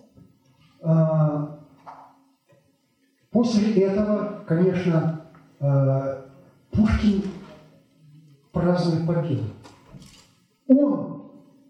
После этого, конечно, Пушкин празднует победу. Он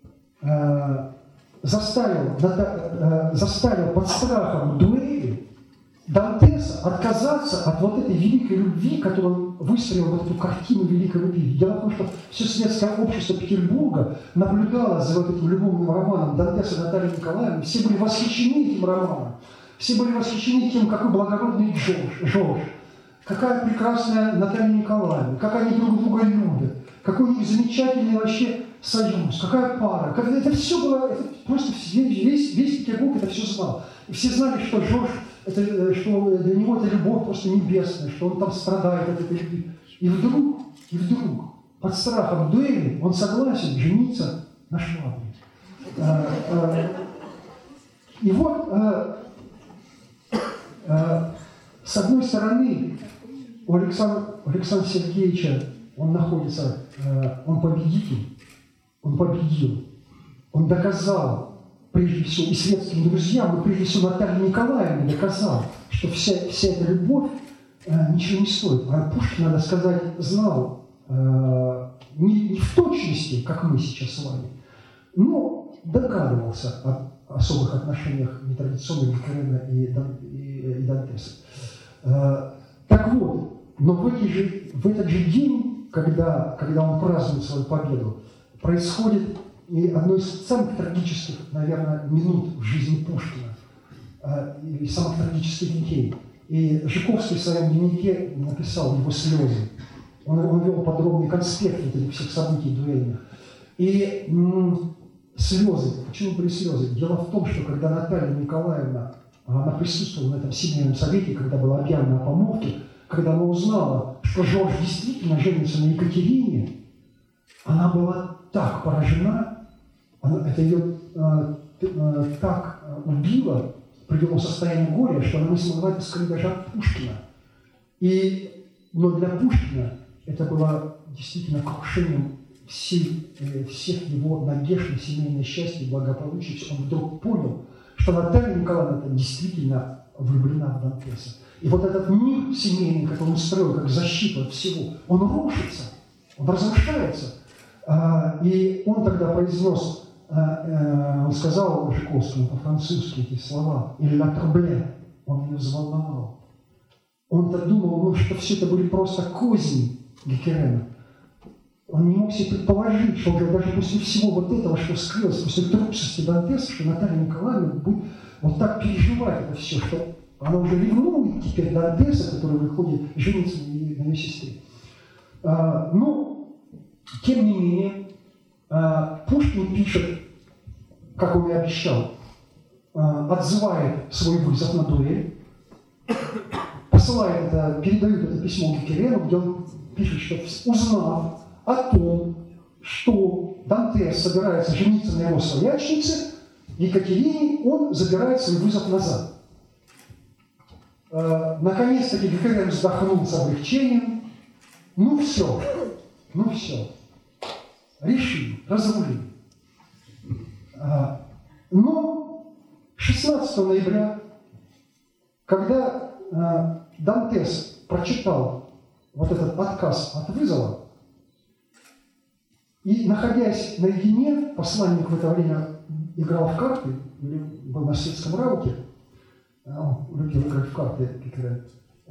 заставил под страхом дуэли Дантеса отказаться от вот этой великой любви, которую он выстроил вот эту картину великой любви. Дело в том, что все светское общество Петербурга наблюдало за вот этим любовным романом Дантеса и Натальи Николаевны. Все были восхищены этим романом. Все были восхищены тем, какой благородный Жорж, какая прекрасная Наталья Николаевна, как они друг друга любят, какой у них замечательный вообще союз, какая пара. Это все было, это просто весь Петербург это все знал. И все знали, что Жорж что для него это любовь просто небесная, что он там страдает от этой любви. И вдруг, под страхом дуэли он согласен жениться на Швабре. И вот, с одной стороны, у Александра Сергеевича он находится, он победитель, он победил, он доказал, прежде всего, и светским друзьям, и прежде всего Наталье Николаевне доказал, что вся эта любовь ничего не стоит. А Пушкин, надо сказать, знал не в точности, как мы сейчас с вами, но догадывался о особых отношениях нетрадиционных Геккерена и Дантеса. Так вот, но в этот же день, когда он празднует свою победу, происходит и одно из самых трагических, наверное, минут в жизни Пушкина, и самых трагических дней. И Жуковский в своем дневнике написал его слезы. Он вел подробный конспект этих всех событий дуэльных. И слезы. Почему были слезы? Дело в том, что когда Наталья Николаевна, она присутствовала на этом семейном совете, когда была объявлена о помолвке, когда она узнала, что Жорж действительно женится на Екатерине, она была так поражена, это ее так убило, привело в состояние горя, что она не смогла это скрыть даже от Пушкина. Но для Пушкина это было действительно крушением всех его надежд на семейное счастье и благополучие. Он вдруг понял, что Наталья Николаевна действительно влюблена в Дантеса. И вот этот мир семейный, который он строил как защиту от всего, он рушится, он разрушается. И он тогда произнес, он сказал Жуковскому по-французски эти слова, «Il l'a troublé», он ее взволновал. Он-то думал, что все это были просто козни Геккерена. Он не мог себе предположить, что уже даже после всего вот этого, что скрылось, после трусости Дантеса, что Наталья Николаевна будет вот так переживать это все, что она уже ревнует теперь Дантеса, который выходит жениться на ее сестре. Но, тем не менее, Пушкин пишет, как он и обещал, отзывает свой вызов на дуэль, посылает это, передает это письмо Геккерену, где он пишет, что узнав о том, что Дантес собирается жениться на его своячнице, Екатерине, он забирает свой вызов назад. Наконец-таки Геккерен вздохнул с облегчением. Ну все. Решили, разрулили. Но 16 ноября, когда Дантес прочитал вот этот отказ от вызова, и, находясь наедине, посланник в это время играл в карты, или был на светском рауте, он любил играть в карты, Геккерен,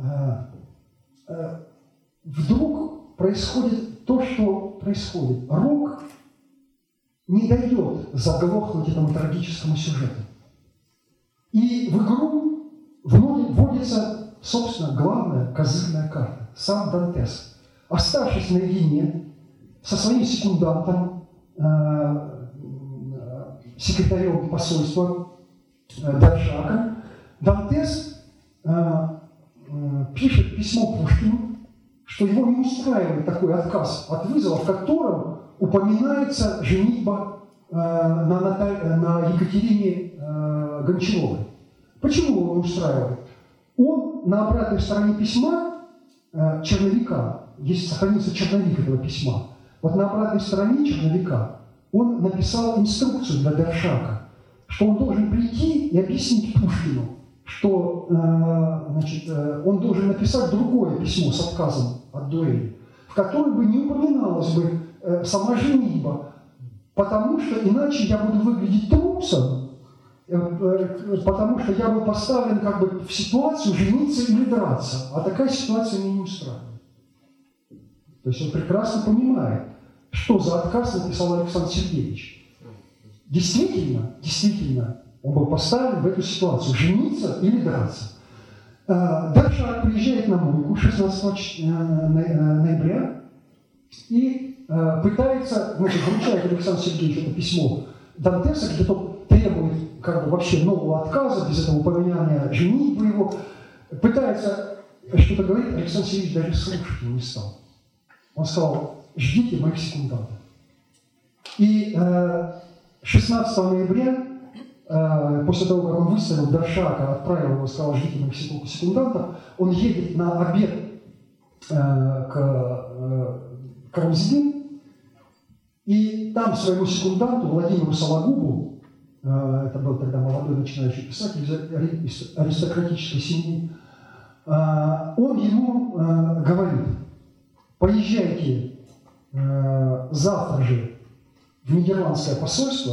вдруг происходит то, что происходит. Рок не дает заглохнуть этому трагическому сюжету. И в игру вводится, собственно, главная козырная карта – сам Дантес. Оставшись наедине со своим секундантом, секретарем посольства Доржаком, Дантес пишет письмо Пушкину, что его не устраивает такой отказ от вызова, в котором упоминается женитьба на Екатерине Гончаровой. Почему его не устраивает? Он на обратной стороне письма черновика, здесь сохранился черновик этого письма, вот на обратной стороне черновика он написал инструкцию для Доржака, что он должен прийти и объяснить Пушкину, что он должен написать другое письмо с отказом от дуэли, в котором бы не упоминалась бы сама женитьба, потому что иначе я буду выглядеть трусом, потому что я был поставлен как бы в ситуацию жениться или драться, а такая ситуация меня не устраивает. То есть он прекрасно понимает, что за отказ написал Александр Сергеевич. Действительно, он был поставлен в эту ситуацию – жениться или драться. Доржак приезжает на мойку 16 ноября и пытается, вручает Александру Сергеевичу это письмо Дантеса, где тот требует как бы вообще нового отказа, без этого упоминания женитьбы его, пытается что-то говорить, Александр Сергеевич даже слушать его не стал. Он сказал: ждите моих секундантов. И 16 ноября, после того, как он выставил Даршака, отправил его, сказал: ждите моих секундантов, он едет на обед к Карамзину, и там своему секунданту Владимиру Сологубу, это был тогда молодой начинающий писатель из аристократической семьи, он ему говорит: поезжайте завтра же в нидерландское посольство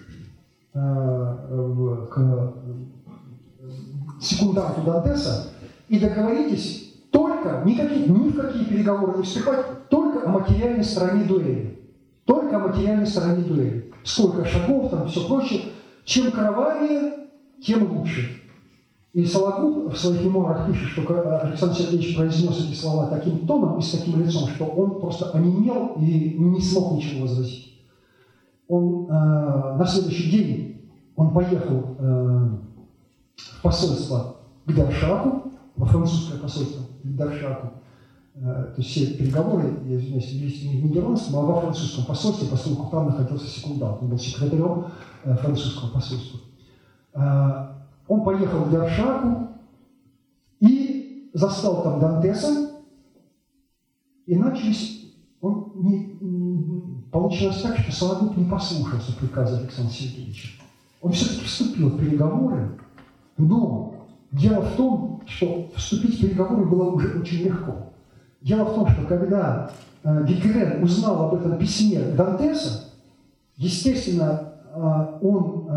к секунданту Дантеса и договоритесь только, ни в какие переговоры не вступать, только о материальной стороне дуэли. Только о материальной стороне дуэли. Сколько шагов, там все прочее. Чем кровавее, тем лучше. И Сологуб в своих мемуарах пишет, что Александр Сергеевич произнес эти слова таким тоном и с таким лицом, что он просто онемел и не смог ничего возразить. Он на следующий день он поехал в посольство к Даршаку, во французское посольство к Даршаку. То есть все переговоры, я извиняюсь, велись не в нидерландском, а во французском посольстве, поскольку там находился секундант. Он был секретарем французского посольства. Он поехал к Даршаку и застал там Дантеса, и получилось так, что Сологуб не послушался приказа Александра Сергеевича. Он все-таки вступил в переговоры, но дело в том, что вступить в переговоры было уже очень легко. Дело в том, что когда Геккерен узнал об этом письме Дантеса, естественно, он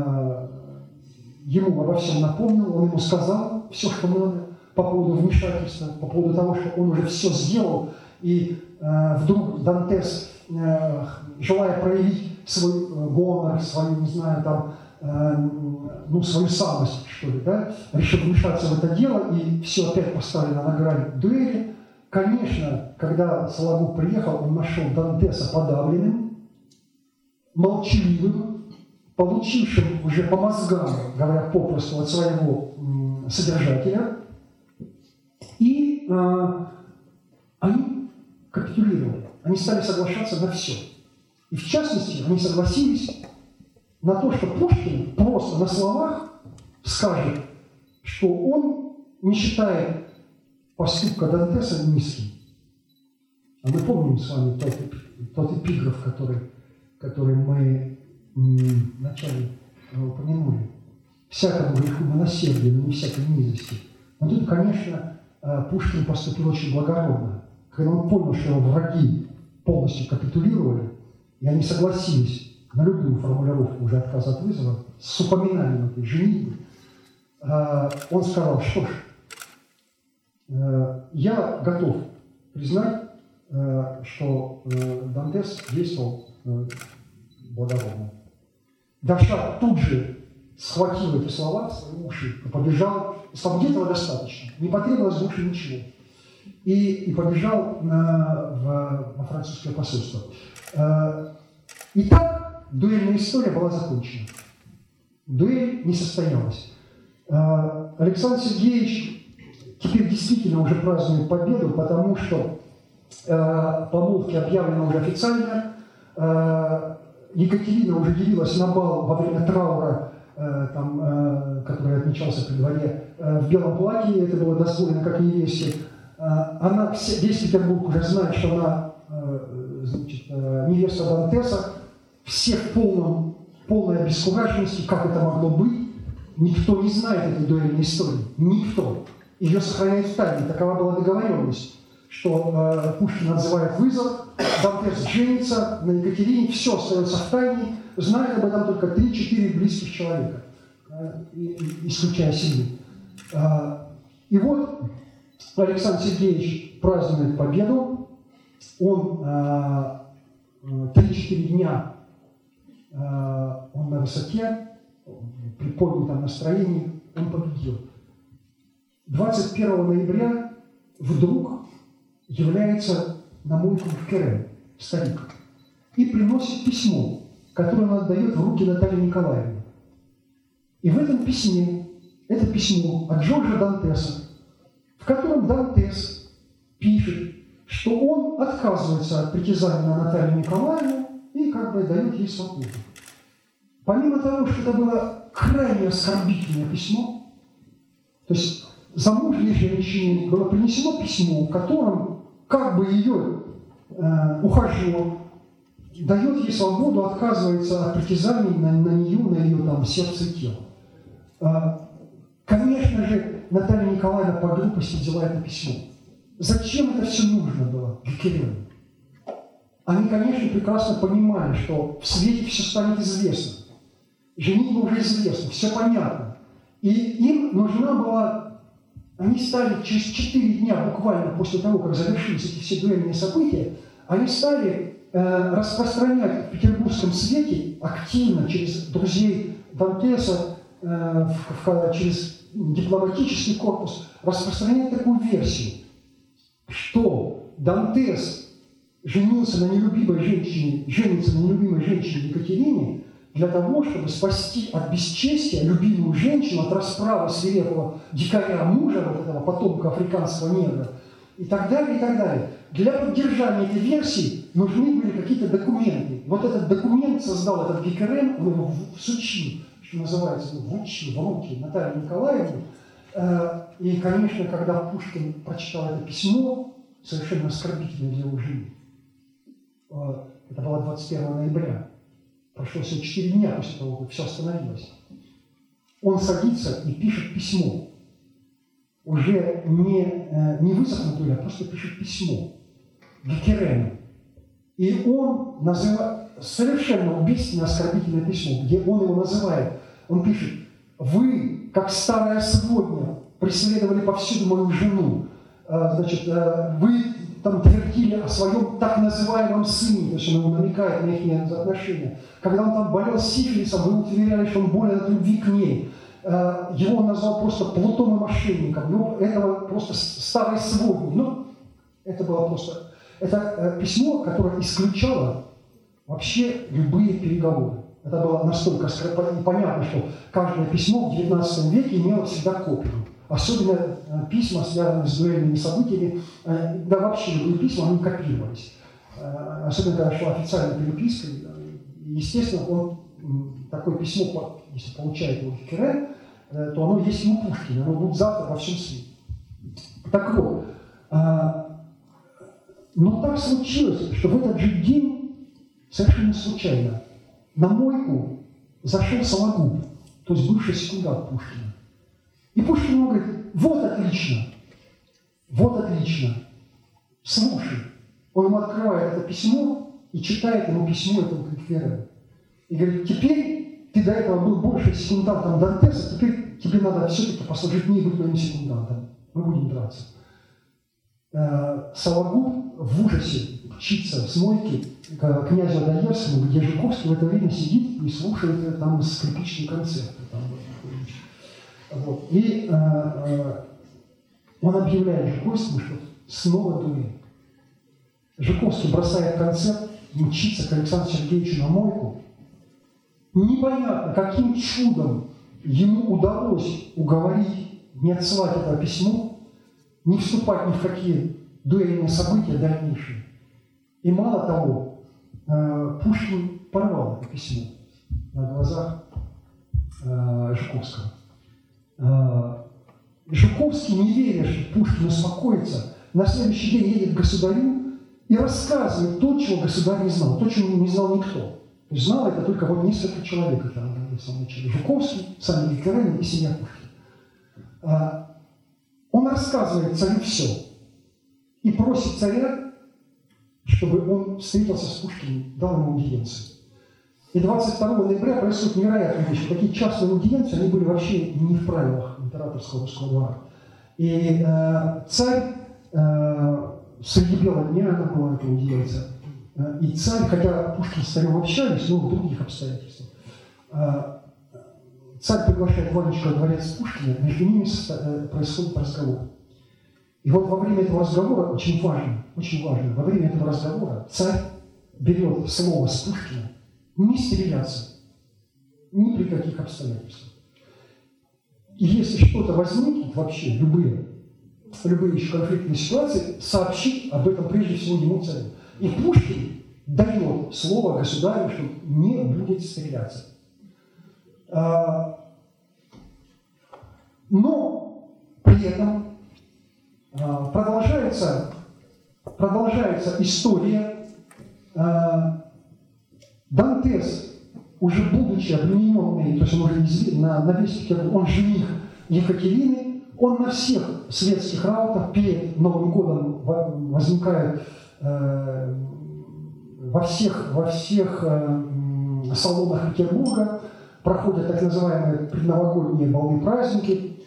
ему обо всем напомнил, он ему сказал все, что надо по поводу вмешательства, по поводу того, что он уже все сделал, и вдруг Дантес, желая проявить свой гонор, свою, не знаю, там, свою самость, что ли, да, решил вмешаться в это дело, и все опять поставлено на грань дуэли. Конечно, когда Сологуб приехал, он нашел Дантеса подавленным, молчаливым, получившим уже по мозгам, говоря попросту, от своего содержателя. И они капитулировали, они стали соглашаться на все. И в частности, они согласились на то, что Пушкин просто на словах скажет, что он не считает поступка Дантеса низким. А мы помним с вами тот эпиграф, который мы вначале упомянули. Всякому греху милосердие, но не всякой низости. Но тут, конечно, Пушкин поступил очень благородно. Когда он понял, что его враги полностью капитулировали, и они согласились на любую формулировку уже отказа от вызова, с упоминанием этой женитьбы, он сказал: что ж, я готов признать, что Дантес действовал благородно. Даршак тут же схватил эти слова в свои уши и побежал. Сказал: где этого достаточно, не потребовалось больше ничего. И побежал во французское посольство. Итак, дуэльная история была закончена. Дуэль не состоялась. Александр Сергеевич теперь действительно уже празднует победу, потому что помолвки объявлены уже официально. Екатерина уже явилась на бал во время траура, который отмечался при дворе, в белом платье. Это было дозволено как невесте. Весь Петербург уже знает, что она невеста Дантеса. Все в полной обескураженности, как это могло быть. Никто не знает этой дуэльной истории. Никто. Ее сохраняет в тайне. Такова была договоренность, что Пушкин отзывает вызов, Дантес женится на Екатерине, все остается в тайне, знают об этом только 3-4 близких человека, исключая семью. И вот Александр Сергеевич празднует победу, он 3-4 дня он на высоте, при поднятом настроении, он победил. 21 ноября вдруг является на мойку Геккерен, старик, и приносит письмо, которое он отдает в руки Натальи Николаевны. И в этом письме, это письмо от Джорджа Дантеса, в котором Дантес пишет, что он отказывается от притязания на Наталью Николаевну и как бы дает ей свободу. Помимо того, что это было крайне оскорбительное письмо, то есть замужней женщине было принесено письмо, в котором как бы ее ухажер дает ей свободу, отказывается от притязаний на нее, на ее там, сердце и тело. Конечно же, Наталья Николаевна по глупости взяла это письмо. Зачем это все нужно было Геккерену? Они, конечно, прекрасно понимали, что в свете все станет известно. Женитьба уже известна, все понятно. И им нужна была... Они стали через 4 дня, буквально после того, как завершились эти все дуэльные события, они стали распространять в петербургском свете активно через друзей Дантеса, через дипломатический корпус, распространять такую версию, что Дантес женился на нелюбимой женщине, женится на нелюбимой женщине Екатерине для того, чтобы спасти от бесчестия любимую женщину, от расправы свирепого дикаря мужа, вот этого потомка африканского негра, и так далее, и так далее. Для поддержания этой версии нужны были какие-то документы. Вот этот документ создал этот Геккерен, он его всучил, что называется, вручил в руки Натальи Николаевны. И, конечно, когда Пушкин прочитал это письмо, совершенно оскорбительное для его жены, это было 21 ноября, прошло всего 4 дня после того, как все остановилось, он садится и пишет письмо. Уже не высохнутое, а просто пишет письмо Геккерену. И он называет совершенно убийственно оскорбительное письмо, где он его называет. Он пишет: «Вы, как старая сводня, преследовали повсюду мою жену. Значит, вы там твердили о своем так называемом сыне», то есть он намекает на их отношения. Когда он там болел сифилисом, вы утверждали, что он болен от любви к ней. Его он назвал просто плутом и мошенником. Ну, этого просто старой сводни. Ну, это было просто... Это письмо, которое исключало вообще любые переговоры. Это было настолько понятно, что каждое письмо в XIX веке имело всегда копию. Особенно письма, связанные с дуэльными событиями, да вообще любые письма, они копировались. Особенно когда шла официальная переписка. Естественно, он такое письмо, если получает его Геккерен, то оно есть и у Пушкина, оно будет завтра во всем свете. Так вот, но так случилось, что в этот же день, совершенно случайно, на мойку зашел Сологуб, то есть бывший секундант Пушкина. И Пушкин ему говорит: вот отлично, слушай. Он ему открывает это письмо и читает ему письмо этого Геккерена. И говорит: теперь ты до этого был больше секундантом Дантеса, теперь тебе надо все-таки послужить мне и быть моим секундантом. Мы будем драться. Сологуб в ужасе мчится с мойки к князю Адаевскому, где Жуковский в это время сидит и слушает там скрипичный концерт. Вот. И он объявляет Жуковскому, что снова дуэль. Жуковский бросает концерт, мчится к Александру Сергеевичу на мойку. Непонятно, каким чудом ему удалось уговорить не отсылать это письмо, не вступать ни в какие дуэльные события дальнейшие. И мало того, Пушкин порвал это письмо на глазах Жуковского. Жуковский, не веря, что Пушкин успокоится, на следующий день едет к государю и рассказывает то, чего государь не знал, то, чего не знал никто. То есть знал это только вот несколько человек, это в самом начале. Жуковский, сам Геккерен и семья Пушкина. Он рассказывает царю все и просит царя, чтобы он встретился с Пушкиным, дал ему аудиенцию. И 22 ноября происходит невероятная вещь. Такие частные аудиенции, они были вообще не в правилах императорского русского двора. И царь среди бела дня такого эта аудиенция. И царь, хотя Пушкин с царем общались, но в других обстоятельствах, царь приглашает Ванечку во дворец Пушкина, между ними происходит разговор. И вот во время этого разговора, очень важно, во время этого разговора царь берет слово с Пушкина не стреляться, ни при каких обстоятельствах. И если что-то возникнет вообще, любые еще конфликтные ситуации, сообщить об этом прежде всего ему царю. И Пушкин дает слово государю, что не будет стреляться. Но при этом продолжается история. Дантес, уже будучи обремененный, то есть он уже на весь Петербург, он жених Екатерины, он на всех светских раутах перед Новым годом возникает во всех салонах Петербурга, проходят так называемые предновогодние балы, праздники,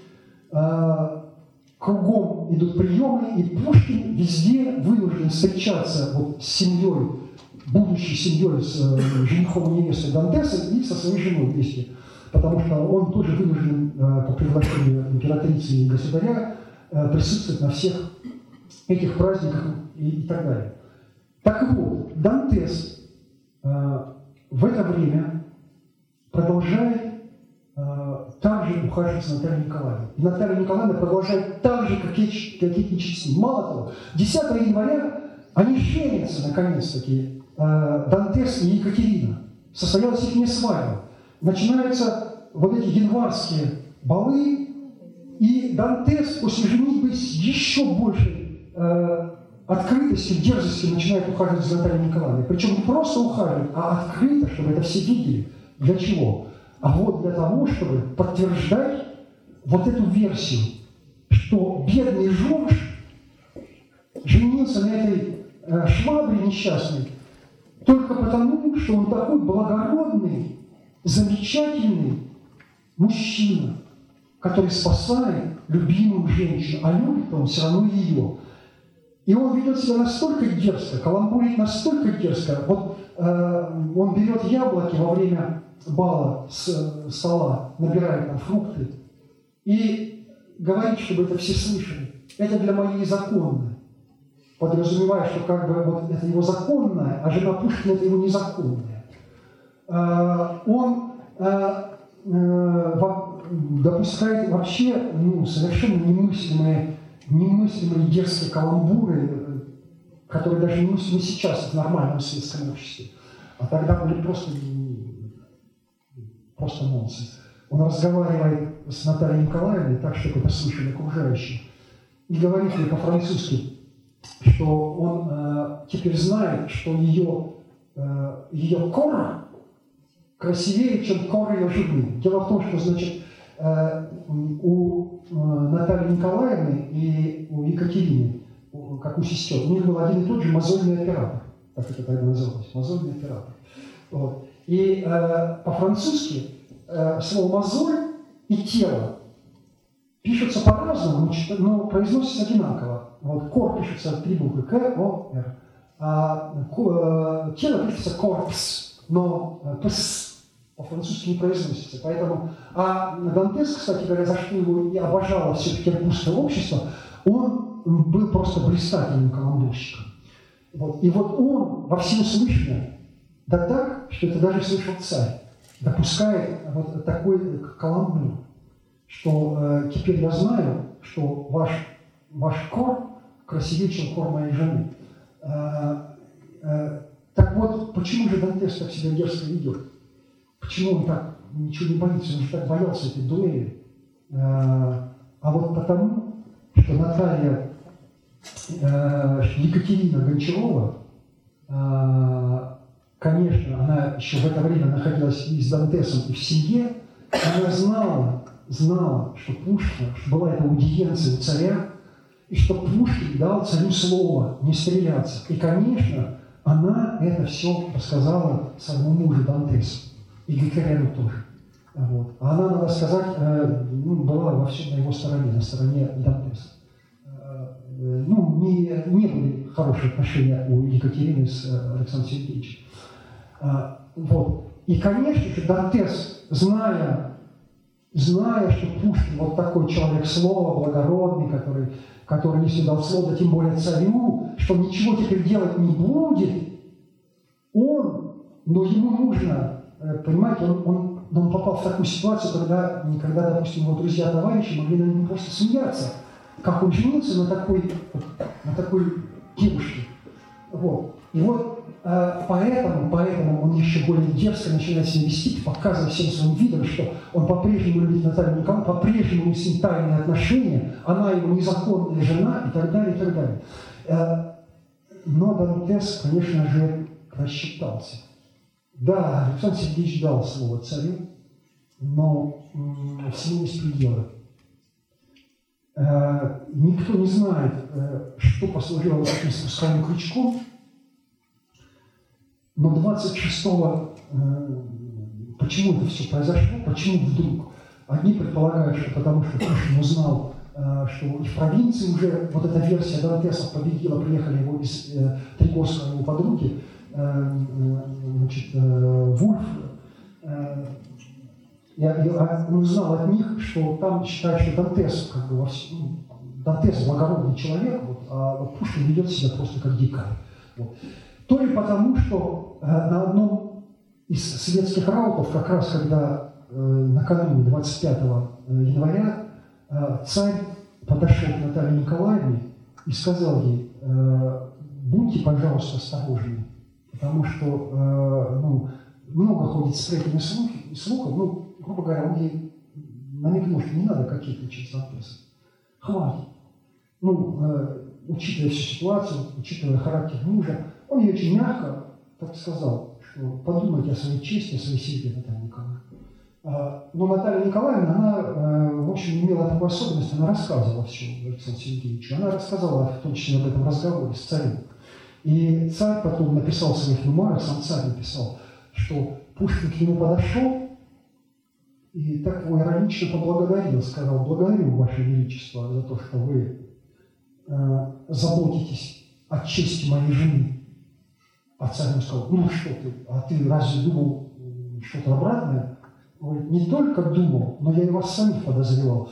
кругом идут приемы, и Пушкин везде вынужден встречаться вот с семьей, будущей семьей, с женихом и невестой Дантеса и со своей женой вместе, потому что он тоже вынужден по приглашению императрицы и государя присутствовать на всех этих праздниках и так далее. Так вот, Дантес в это время продолжает также ухаживать за Натальей Николаевной. И Наталья Николаевна продолжает так же кокетничать с ним. Мало того, 10 января они женятся наконец-таки, Дантес и Екатерина. Состоялась их свадьба. Начинаются вот эти январские балы, и Дантес после женитьбы с еще большей открытостью, дерзостью начинает ухаживать за Натальей Николаевной. Причем не просто ухаживать, а открыто, чтобы это все видели. Для чего? А вот для того, чтобы подтверждать вот эту версию, что бедный Жорж женился на этой швабре несчастной только потому, что он такой благородный, замечательный мужчина, который спасает любимую женщину, а любит он все равно ее. И он ведет себя настолько дерзко, каламбурит настолько дерзко. Вот он берет яблоки во время бала с стола, набирает там фрукты и говорит, чтобы это все слышали. Это для моей законное. Подразумевая, что как бы вот это его законное, а жена Пушкина это его незаконное. Он допускает вообще совершенно немыслимые дерзкие каламбуры, которые даже немыслимы сейчас в нормальном светском обществе. А тогда были просто нонсенс. Он разговаривает с Натальей Николаевной так, чтобы это слышали окружающие, и говорит ей по-французски, что он теперь знает, что ее кора красивее, чем кора ее жены. Дело в том, что, значит, у Натальи Николаевны и у Екатерины, как у сестер, у них был один и тот же мозольный оператор, как это тогда называлось, мозольный оператор. Вот. И по-французски слово «мозоль» и «тело» пишутся по-разному, но произносятся одинаково. Вот, «кор» пишется 3 буквы «К-О-Р», а «тело» пишется «корпс», но «пс» по-французски не произносится. Поэтому, Дантес, кстати говоря, за что его и обожало все петербургское общество, он был просто блистательным каламбурщиком. Вот. И вот он во всеуслышание, да так, что это даже слышал царь, допускает вот такой каламбур, что теперь я знаю, что ваш кор красивее, чем кор моей жены. Так вот, почему же Дантес так себя дерзко ведет? Почему он так ничего не боится? Он же так боялся этой дуэли. А вот потому, что Наталья Екатерина Гончарова, конечно, она еще в это время находилась и с Дантесом, и в семье, она знала, что Пушкин, что была эта аудиенция у царя, и что Пушкин дал царю слово не стреляться. И, конечно, она это все рассказала своему мужу Дантесу. И Геккерену тоже. Вот. А она, надо сказать, была во всем на его стороне, на стороне Дантеса. Не были хорошие отношения у Екатерины с Александром Сергеевичем. Вот. И, конечно же, Дантес, зная, что Пушкин вот такой человек слова, благородный, который если дал слово, да тем более царю, что ничего теперь делать не будет, но ему нужно, понимаете, он он попал в такую ситуацию, когда, допустим, его друзья-товарищи могли на него просто смеяться, как он женился на такой девушке. Вот. И вот поэтому он еще более дерзко начинает себя вести, показывая всем своим видом, что он по-прежнему любит Наталью Николаевну, по-прежнему с ним тайные отношения, она его незаконная жена и так далее, и так далее. Но Дантес, конечно же, рассчитался. Да, Александр Сергеевич дал слово царю, но всему есть пределы. Никто не знает, что послужило таким спусковым крючком, но 26-го, почему это все произошло, почему вдруг? Одни предполагают, что потому что Пушкин узнал, что и в провинции уже вот эта версия Дантеса победила, приехали его из Трикорского, его подруги, Вульф. Он узнал от них, что там считают, что Дантес, Дантес благородный человек, а Пушкин ведет себя просто как дикарь. Вот. То ли потому, что на одном из светских раутов, как раз когда накануне 25 января царь подошел к Наталье Николаевне и сказал ей: будьте, пожалуйста, осторожны, потому что много ходит сплетен и слухов, грубо говоря, он ей намекнул, что не надо кокетничать с Дантесом. Хватит. Учитывая всю ситуацию, учитывая характер мужа, он ей очень мягко так сказал, что подумайте о своей чести, о своей семье, Наталья Николаевна. Но Наталья Николаевна, она, в общем, имела такую особенность, она рассказывала все Александру Сергеевичу. Она рассказала, в том числе, об этом разговоре с царем. И царь потом написал в своих мемуарах, сам царь написал, что Пушкин к нему подошел и так его иронично поблагодарил, сказал: благодарю, Ваше Величество, за то, что вы заботитесь о чести моей жены. А царь ему сказал: что ты, а ты разве думал что-то обратное? Он говорит: не только думал, но я и вас самих подозревал.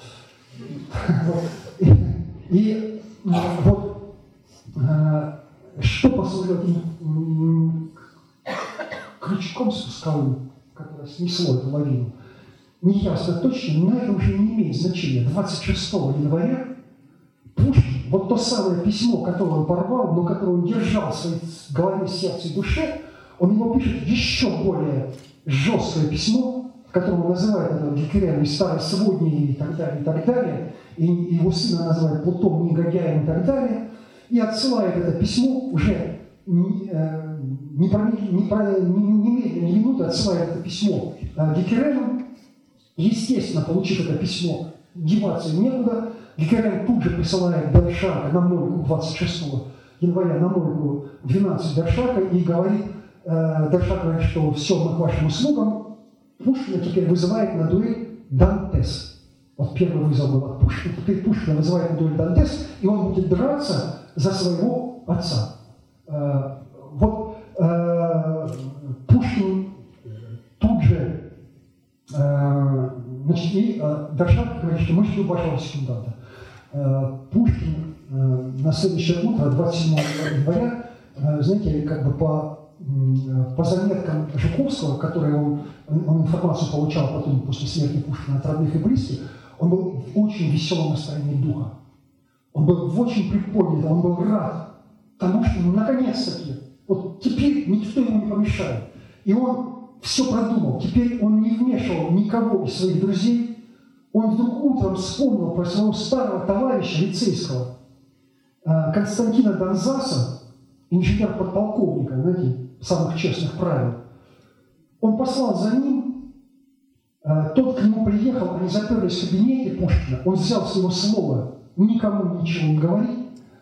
И вот что послужило крючком спусковым, которое снесло эту лавину, неясно точно, но это уже не имеет значения. 26 января Пушкин, вот то самое письмо, которое он порвал, но которое он держал в своей голове, сердце и душе, он его пишет еще более жесткое письмо, в котором он называет этого Геккериана старой сводней и так далее, и его сына называет Плутом, негодяем и так далее, и отсылает это письмо уже немедленно, ни минуты отсылает это письмо Геккериану. Естественно, получив это письмо, деваться некуда. Геккерин тут же присылает Дершака на мойку 26 января на мойку 12 Дершака и говорит, Дершак говорит, что все, мы к вашим услугам. Пушкина теперь вызывает на дуэль Дантес. Вот первый вызов был от Пушкина. Теперь Пушкина вызывает на дуэль Дантес, и он будет драться за своего отца. Вот Пушкин тут же, и Дершак говорит, что мы ждем вашего секунданта. Пушкин на следующее утро, 27 января, знаете, как бы по заметкам Жуковского, которые он информацию получал потом после смерти Пушкина от родных и близких, он был в очень веселом настроении духа. Он был в очень приподнятом, он был рад тому, что наконец-таки, вот теперь никто ему не помешает. И он все продумал. Теперь он не вмешивал никого из своих друзей. Он вдруг утром вспомнил про своего старого товарища лицейского Константина Донзаса, инженер-подполковника, знаете, самых честных правил. Он послал за ним, тот к нему приехал, они заперлись в кабинете Пушкина, он взял с него слово никому ничего не говорить.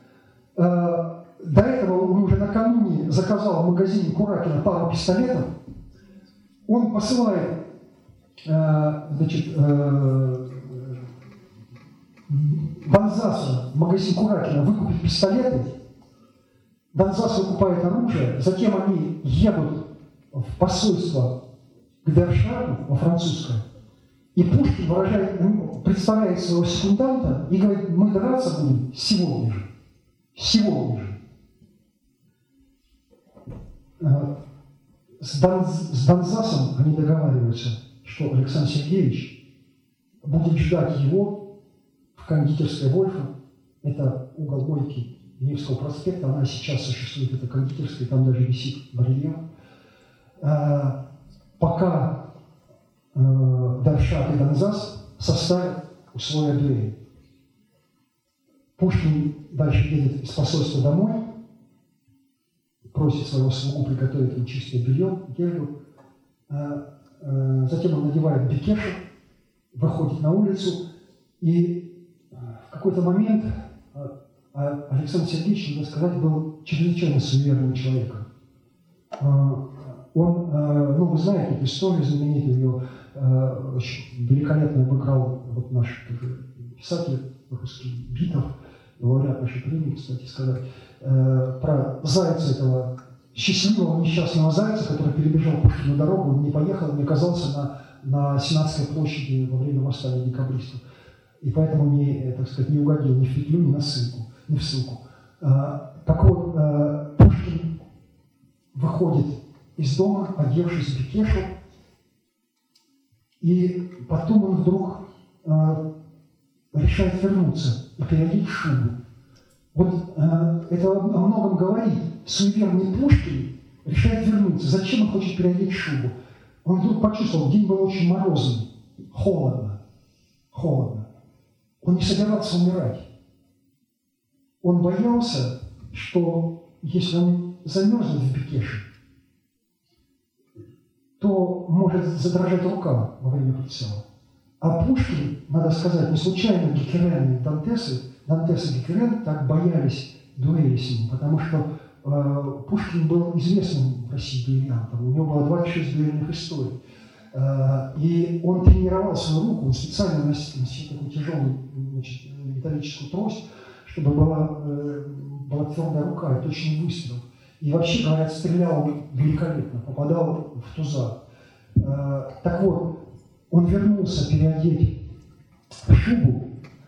До этого он уже накануне заказал в магазине Куракина пару пистолетов. Он посылает, Донзаса в магазин Куракина выкупить пистолеты. Донзас выкупает оружие, затем они едут в посольство к Дершаку, во французское, и Пушкин представляет своего секунданта и говорит: мы драться будем сегодня же. Сегодня же. С Донзасом они договариваются, что Александр Сергеевич будет ждать его в кондитерской Вольфа. Это угол Горький Невского проспекта. Она сейчас существует, эта кондитерская, там даже висит барельеф. Пока Даршак и Донзас составят условия дуэли. Пушкин дальше едет из посольства домой, просит своего слугу приготовить ему чистое белье, одежду. Затем он надевает бекешу, выходит на улицу, и в какой-то момент Александр Сергеевич, надо сказать, был чрезвычайно суеверным человеком. Он, ну, вы знаете эту историю знаменитую, ее великолепно обыграл вот наш писатель русский Битов, лауреат нашей премии, кстати сказать, про зайца этого счастливого несчастного зайца, который перебежал Пушкину дорогу, не поехал, не оказался на Сенатской площади во время восстания декабристов. И поэтому не, так сказать, не угодил ни в петлю, ни на ссылку, ни в ссылку. Так вот, Пушкин выходит из дома, одевшись в бекешу, и потом он вдруг решает вернуться и переодеть шубу. Вот это о многом говорит. Суеверный Пушкин решает вернуться. Зачем он хочет переодеть шубу? Он вдруг почувствовал, день был очень морозный, холодно. Он не собирался умирать. Он боялся, что если он замерзнет в бекеше, то может задрожать рука во время прицела. А Пушкин, надо сказать, не случайно Геккерен и Дантес и Геккерен так боялись дуэли с ним, потому что Пушкин был известным в России дуэлянтом, у него было 26 дуэльных историй. И он тренировал свою руку, он специально носил такую тяжелую, значит, металлическую трость, чтобы была твердая рука и точный выстрел. И вообще, говорят, стрелял он великолепно, попадал в туза. Так вот, он вернулся переодеть шубу.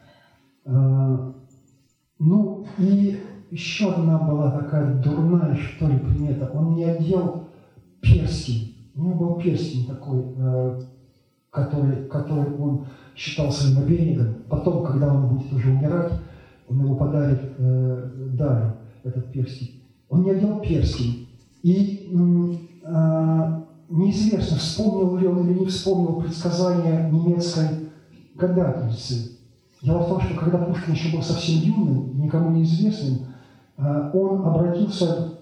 Ну и еще одна была такая дурная, что ли, примета. Он не одел перстень. У него был перстень такой, который он считал своим оберегом. Потом, когда он будет уже умирать, он его подарит Дарью, этот перстень. Он не одел перстень. И неизвестно, вспомнил ли он или не вспомнил предсказания немецкой гадательницы. Дело в том, что когда Пушкин еще был совсем юным, никому неизвестным, он обратился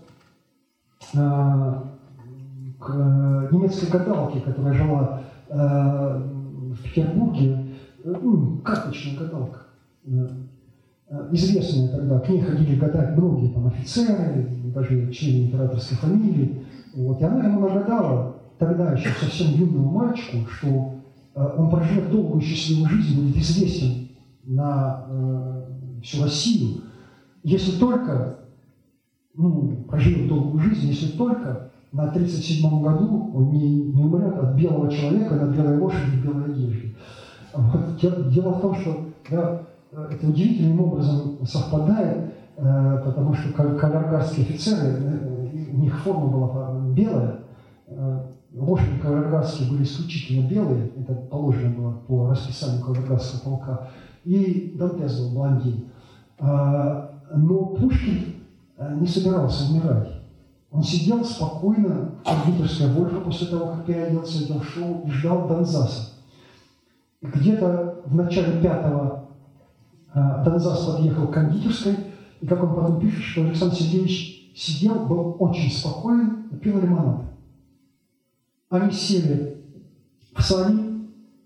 к немецкой гадалке, которая жила в Петербурге, карточная гадалка, известная тогда. К ней ходили гадать многие там офицеры, даже члены императорской фамилии. Вот. И она ему нагадала, тогда еще совсем юному мальчику, что он проживет долгую счастливую жизнь, будет известен на всю Россию, если только, проживет долгую жизнь, если только на 37-м году он не умрет от белого человека на белой лошади в белой одежде. Вот. Дело в том, что это удивительным образом совпадает, потому что каваргарские офицеры, у них форма была белая, лошади каваргарские были исключительно белые, это положено было по расписанию каваргарского полка, и Дантес был блондин. Но Пушкин не собирался умирать. Он сидел спокойно в кондитерской Вольфа после того, как переоделся, одел шоу и ждал Донзаса. Где-то в начале 5-го Донзас подъехал к кондитерской, и как он потом пишет, что Александр Сергеевич сидел, был очень спокоен и пил лимонад. Они сели в сани,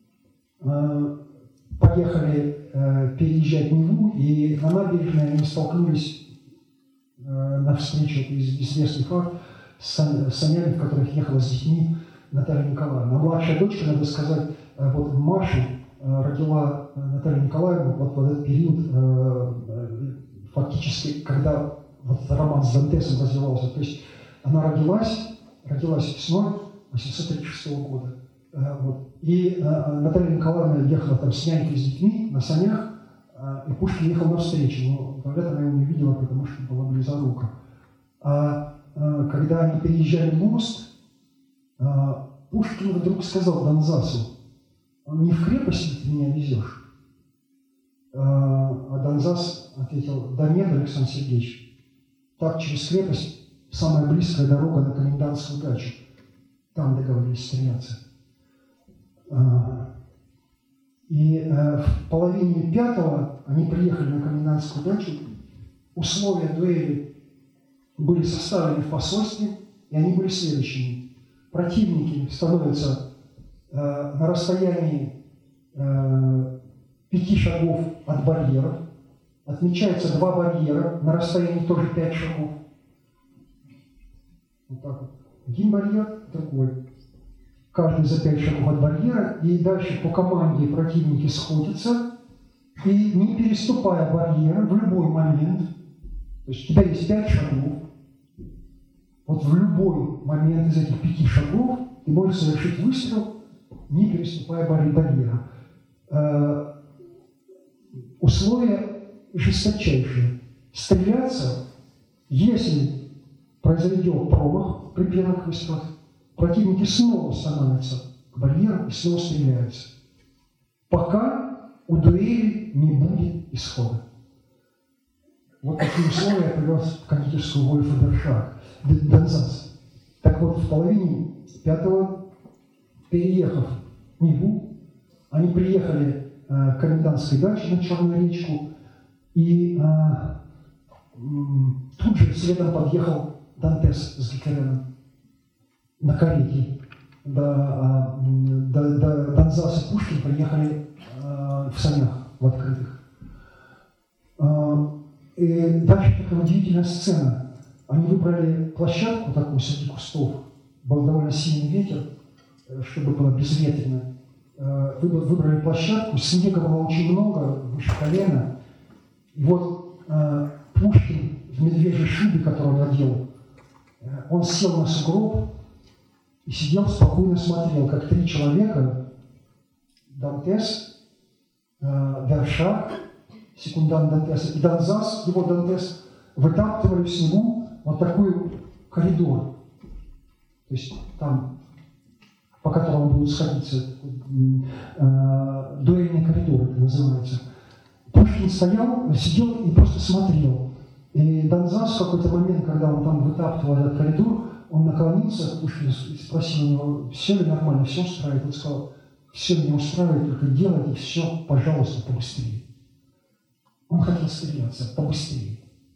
поехали переезжать Неву, и на набережной они столкнулись навстречу, это известный факт, с санями, в которых ехала с детьми Наталья Николаевна. Младшая дочка, надо сказать, вот Машу родила Наталью Николаевну вот в этот период, фактически, когда вот роман с Дантесом развивался. То есть она родилась весной 1836 года. Вот. И Наталья Николаевна ехала там с нянькой, с детьми на санях, и Пушкин ехал навстречу. Но, говорят, она его не видела, потому что была близорука. А когда они переезжали мост, Пушкин вдруг сказал Донзасу: «Не в крепости ты меня везешь?» А Донзас ответил: «Да нет, Александр Сергеевич, так через крепость самая близкая дорога на комендантскую дачу. Там договорились стреляться». И в половине 5-го они приехали на комендантскую дачу. Условия дуэли были составлены в посольстве, и они были следующими. Противники становятся на расстоянии 5 шагов от барьеров. Отмечаются 2 барьера на расстоянии тоже 5 шагов. Вот так вот. Один барьер, другой. Каждый за 5 шагов от барьера. И дальше по команде противники сходятся. И не переступая барьер в любой момент, то есть у тебя есть 5 шагов, вот в любой момент из этих 5 шагов ты можешь совершить выстрел, не переступая барьера. Условия жесточайшие. Стреляться, если произойдет промах при первых выстрелах, противники снова становятся к барьеру и снова стреляются, пока у дуэли не будет исхода. Вот такие условия привез в кондитерскую Вольфа Донзас. Так вот, в половине 5-го, переехав в Неву, они приехали к комендантской даче на Черную речку, и тут же следом подъехал Дантес с Геккереном на карете. До Донзаса и Пушкин приехали в санях, в открытых. И дальше такая удивительная сцена. Они выбрали площадку такую среди кустов. Был довольно сильный ветер, чтобы было безветренно. Выбрали площадку, снега было очень много, выше колена. И вот Пушкин в медвежьей шубе, которую он надел, он сел на сугроб и сидел, спокойно смотрел, как 3 человека, Дантес, Вершак, секундант Дантеса, и Донзас, его Дантес, вытаптывали в снегу вот такой коридор. То есть там, по которому будут сходиться, дуэльный коридор это называется. Пушкин сидел и просто смотрел. И Донзас в какой-то момент, когда он там вытаптывал этот коридор, он наклонился к Пушкину и спросил у него: «Все ли нормально, все устраивает?» Он сказал: «Все меня устраивает, только делайте все, пожалуйста, побыстрее». Он хотел стреляться побыстрее.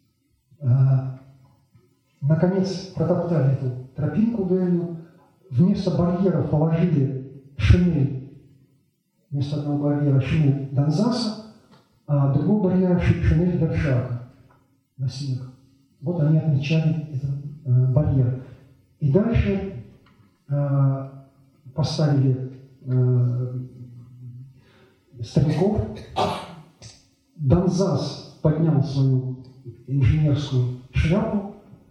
Наконец протоптали эту тропинку дуэльную. Вместо барьеров положили шинель. Вместо одного барьера шинель Донзаса, а другого барьера шинель Вершака на снег. Вот они отмечали этот барьер. И дальше поставили стрелков. Донзас поднял свою инженерскую шляпу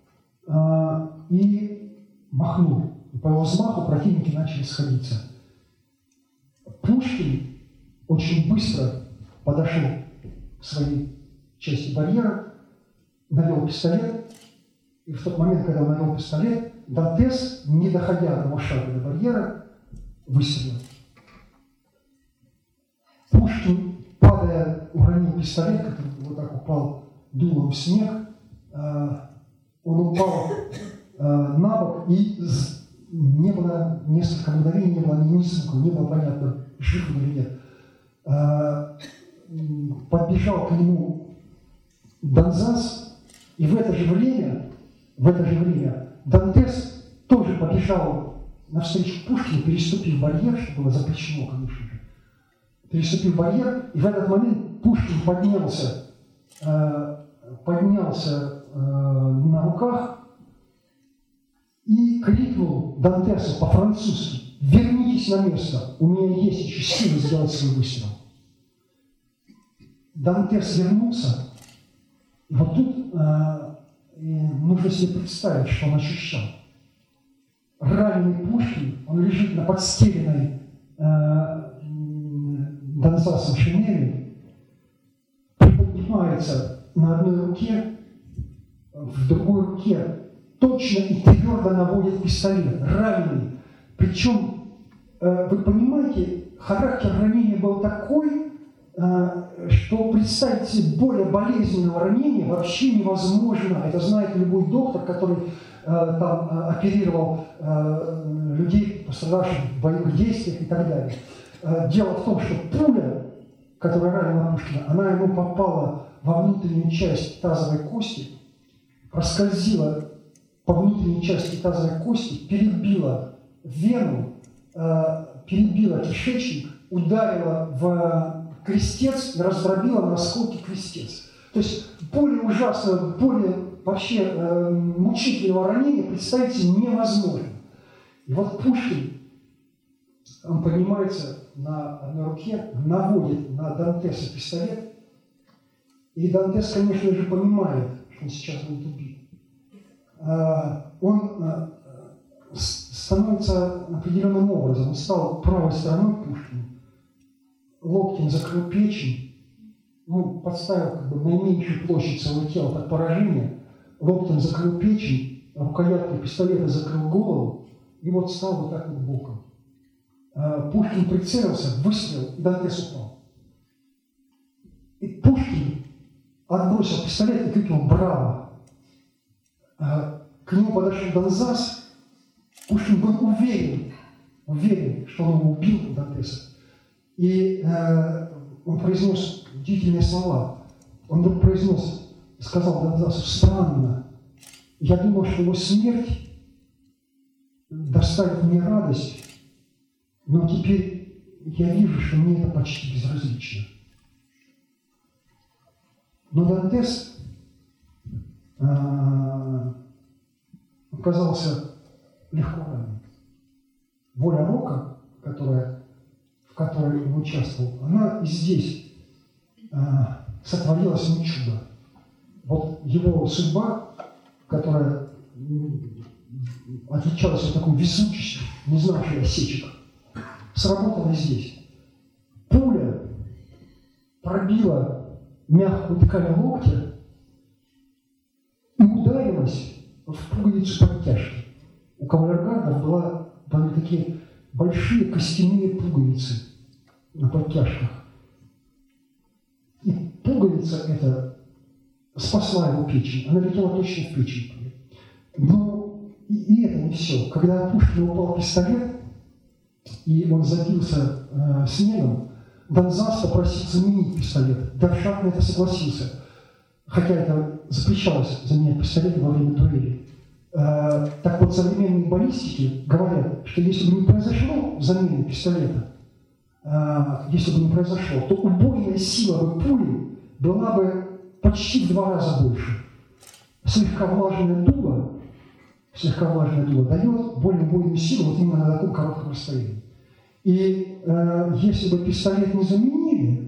и махнул. И по его взмаху противники начали сходиться. Пушкин очень быстро подошел к своей части барьера, навел пистолет, и в тот момент, когда он навел пистолет, Дантес, не доходя одного шага до барьера, выстрелил. Пушкин, падая, уронил пистолет, который вот так упал дулом в снег. Он упал на бок, и не было несколько мгновений, не было ни звука, не было понятно, жив он или нет. Подбежал к нему Донзас, и в это же время Дантес тоже побежал навстречу Пушкину, переступив барьер, что было запрещено, конечно же. Переступив барьер, и в этот момент Пушкин поднялся на руках и крикнул Дантесу по-французски: «Вернитесь на место, у меня есть еще силы сделать свой выстрел». Дантес вернулся, и вот тут нужно себе представить, что он ощущал. Раненый Пушкин, он лежит на подстеленной Донзасом шинели, приподнимается на одной руке, в другой руке точно и твердо наводит пистолет, раненый. Причем вы понимаете, характер ранения был такой, что представить себе более болезненного ранения вообще невозможно. Это знает любой доктор, который там оперировал людей, пострадавших в боевых действиях и так далее. Дело в том, что пуля, которая ранила Пушкина, она ему попала во внутреннюю часть тазовой кости, проскользила по внутренней части тазовой кости, перебила вену, перебила кишечник, ударила в крестец и раздробила на осколки крестец. То есть более ужасного, более вообще мучительного ранения представить себе невозможно. И вот Пушкин, он поднимается на одной руке, наводит на Дантеса пистолет, и Дантес, конечно же, понимает, что он сейчас будет убит. Он становится определенным образом. Он стал правой стороной Пушкина, локтем закрыл печень, подставил наименьшую площадь своего тела под поражение, локтем закрыл печень, рукояткой пистолета закрыл голову и вот стал вот так вот боком. Пушкин прицелился, выстрелил, и Дантес упал. И Пушкин отбросил пистолет и крикнул «Браво!». К нему подошел Донзас. Пушкин был уверен, что он его убил, Дантеса. И он произнес удивительные слова. Он вдруг сказал Донзасу: «Странно, я думал, что его смерть доставит мне радость, но теперь я вижу, что мне это почти безразлично». Но Дантес оказался легко ранен. Воля Рока, в которой он участвовал, она и здесь сотворила с ним чудо. Вот его судьба, которая отличалась от такой везучестью, не знавшей осечек, сработала здесь. Пуля пробила мягкую ткань локтя и ударилась в пуговицу подтяжки. У кавалергардов были такие большие костяные пуговицы на подтяжках. И пуговица эта спасла его печень. Она летела точно в печень. Но и это не все. Когда Пушкину упал пистолет, и он забился снегом, Донзас попросил заменить пистолет. Даршак на это согласился. Хотя это запрещалось заменять пистолет во время дуэли. Так вот, современные баллистики говорят, что если бы не произошло замены пистолета, то убойная сила бы пули была бы почти в 2 раза больше. Слегка влажное дуло дает более убойную силу вот именно на таком коротком расстоянии. И если бы пистолет не заменили,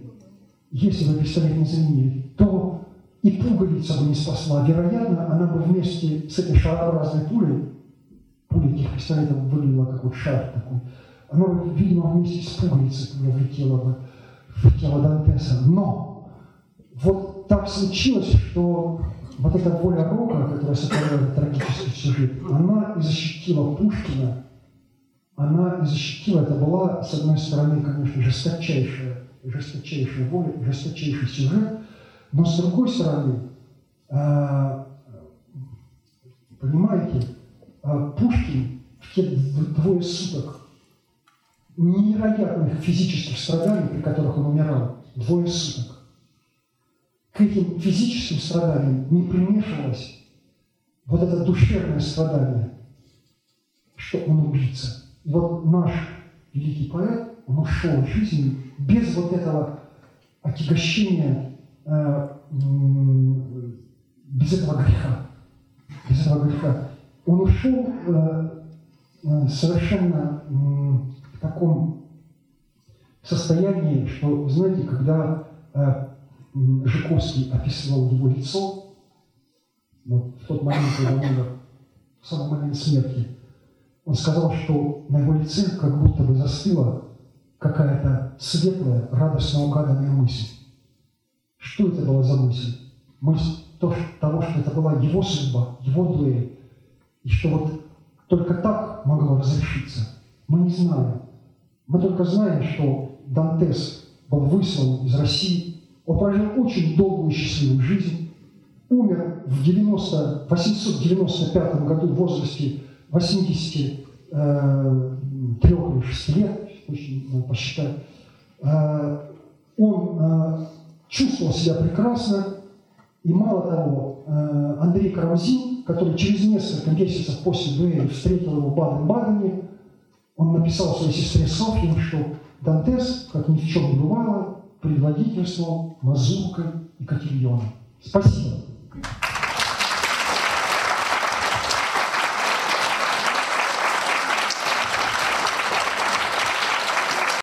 то и пуговица бы не спасла. Вероятно, она бы вместе с этой шарообразной пулей этих пистолетов выглядела как вот шар такой, она бы, видимо, вместе с пуговицей влетела бы в тело Дантеса. Но вот так случилось, что вот эта воля Рока, которая сотворила трагический сюжет, она и защитила Пушкина. Это была, с одной стороны, конечно, жесточайшая воля, жесточайший сюжет, но с другой стороны, понимаете, Пушкин в те 2 суток невероятных физических страданий, при которых он умирал, 2 суток, к этим физическим страданиям не примешивалось вот это душевное страдание, что он убийца. И вот наш великий поэт, он ушел из жизни без вот этого отягощения, без этого греха. Он ушел совершенно в таком состоянии, что, знаете, когда Жуковский описывал его лицо, вот, в тот момент, когда он умер, в самый момент смерти, он сказал, что на его лице как будто бы застыла какая-то светлая, радостно угаданная мысль. Что это была за мысль? Мысль того, что это была его судьба, его дуэль, и что вот только так могло разрешиться. Мы не знаем. Мы только знаем, что Дантес был выслан из России. Он прожил очень долгую и счастливую жизнь. Умер в 895 году в возрасте 83 или 6 лет, очень надо посчитать. Он чувствовал себя прекрасно. И мало того, Андрей Карамзин, который через несколько месяцев после дуэли встретил его в Баден-Бадене, он написал своей сестре Софье, что Дантес, как ни в чем не бывало, предводительствовал мазуркой и котильоном. Спасибо.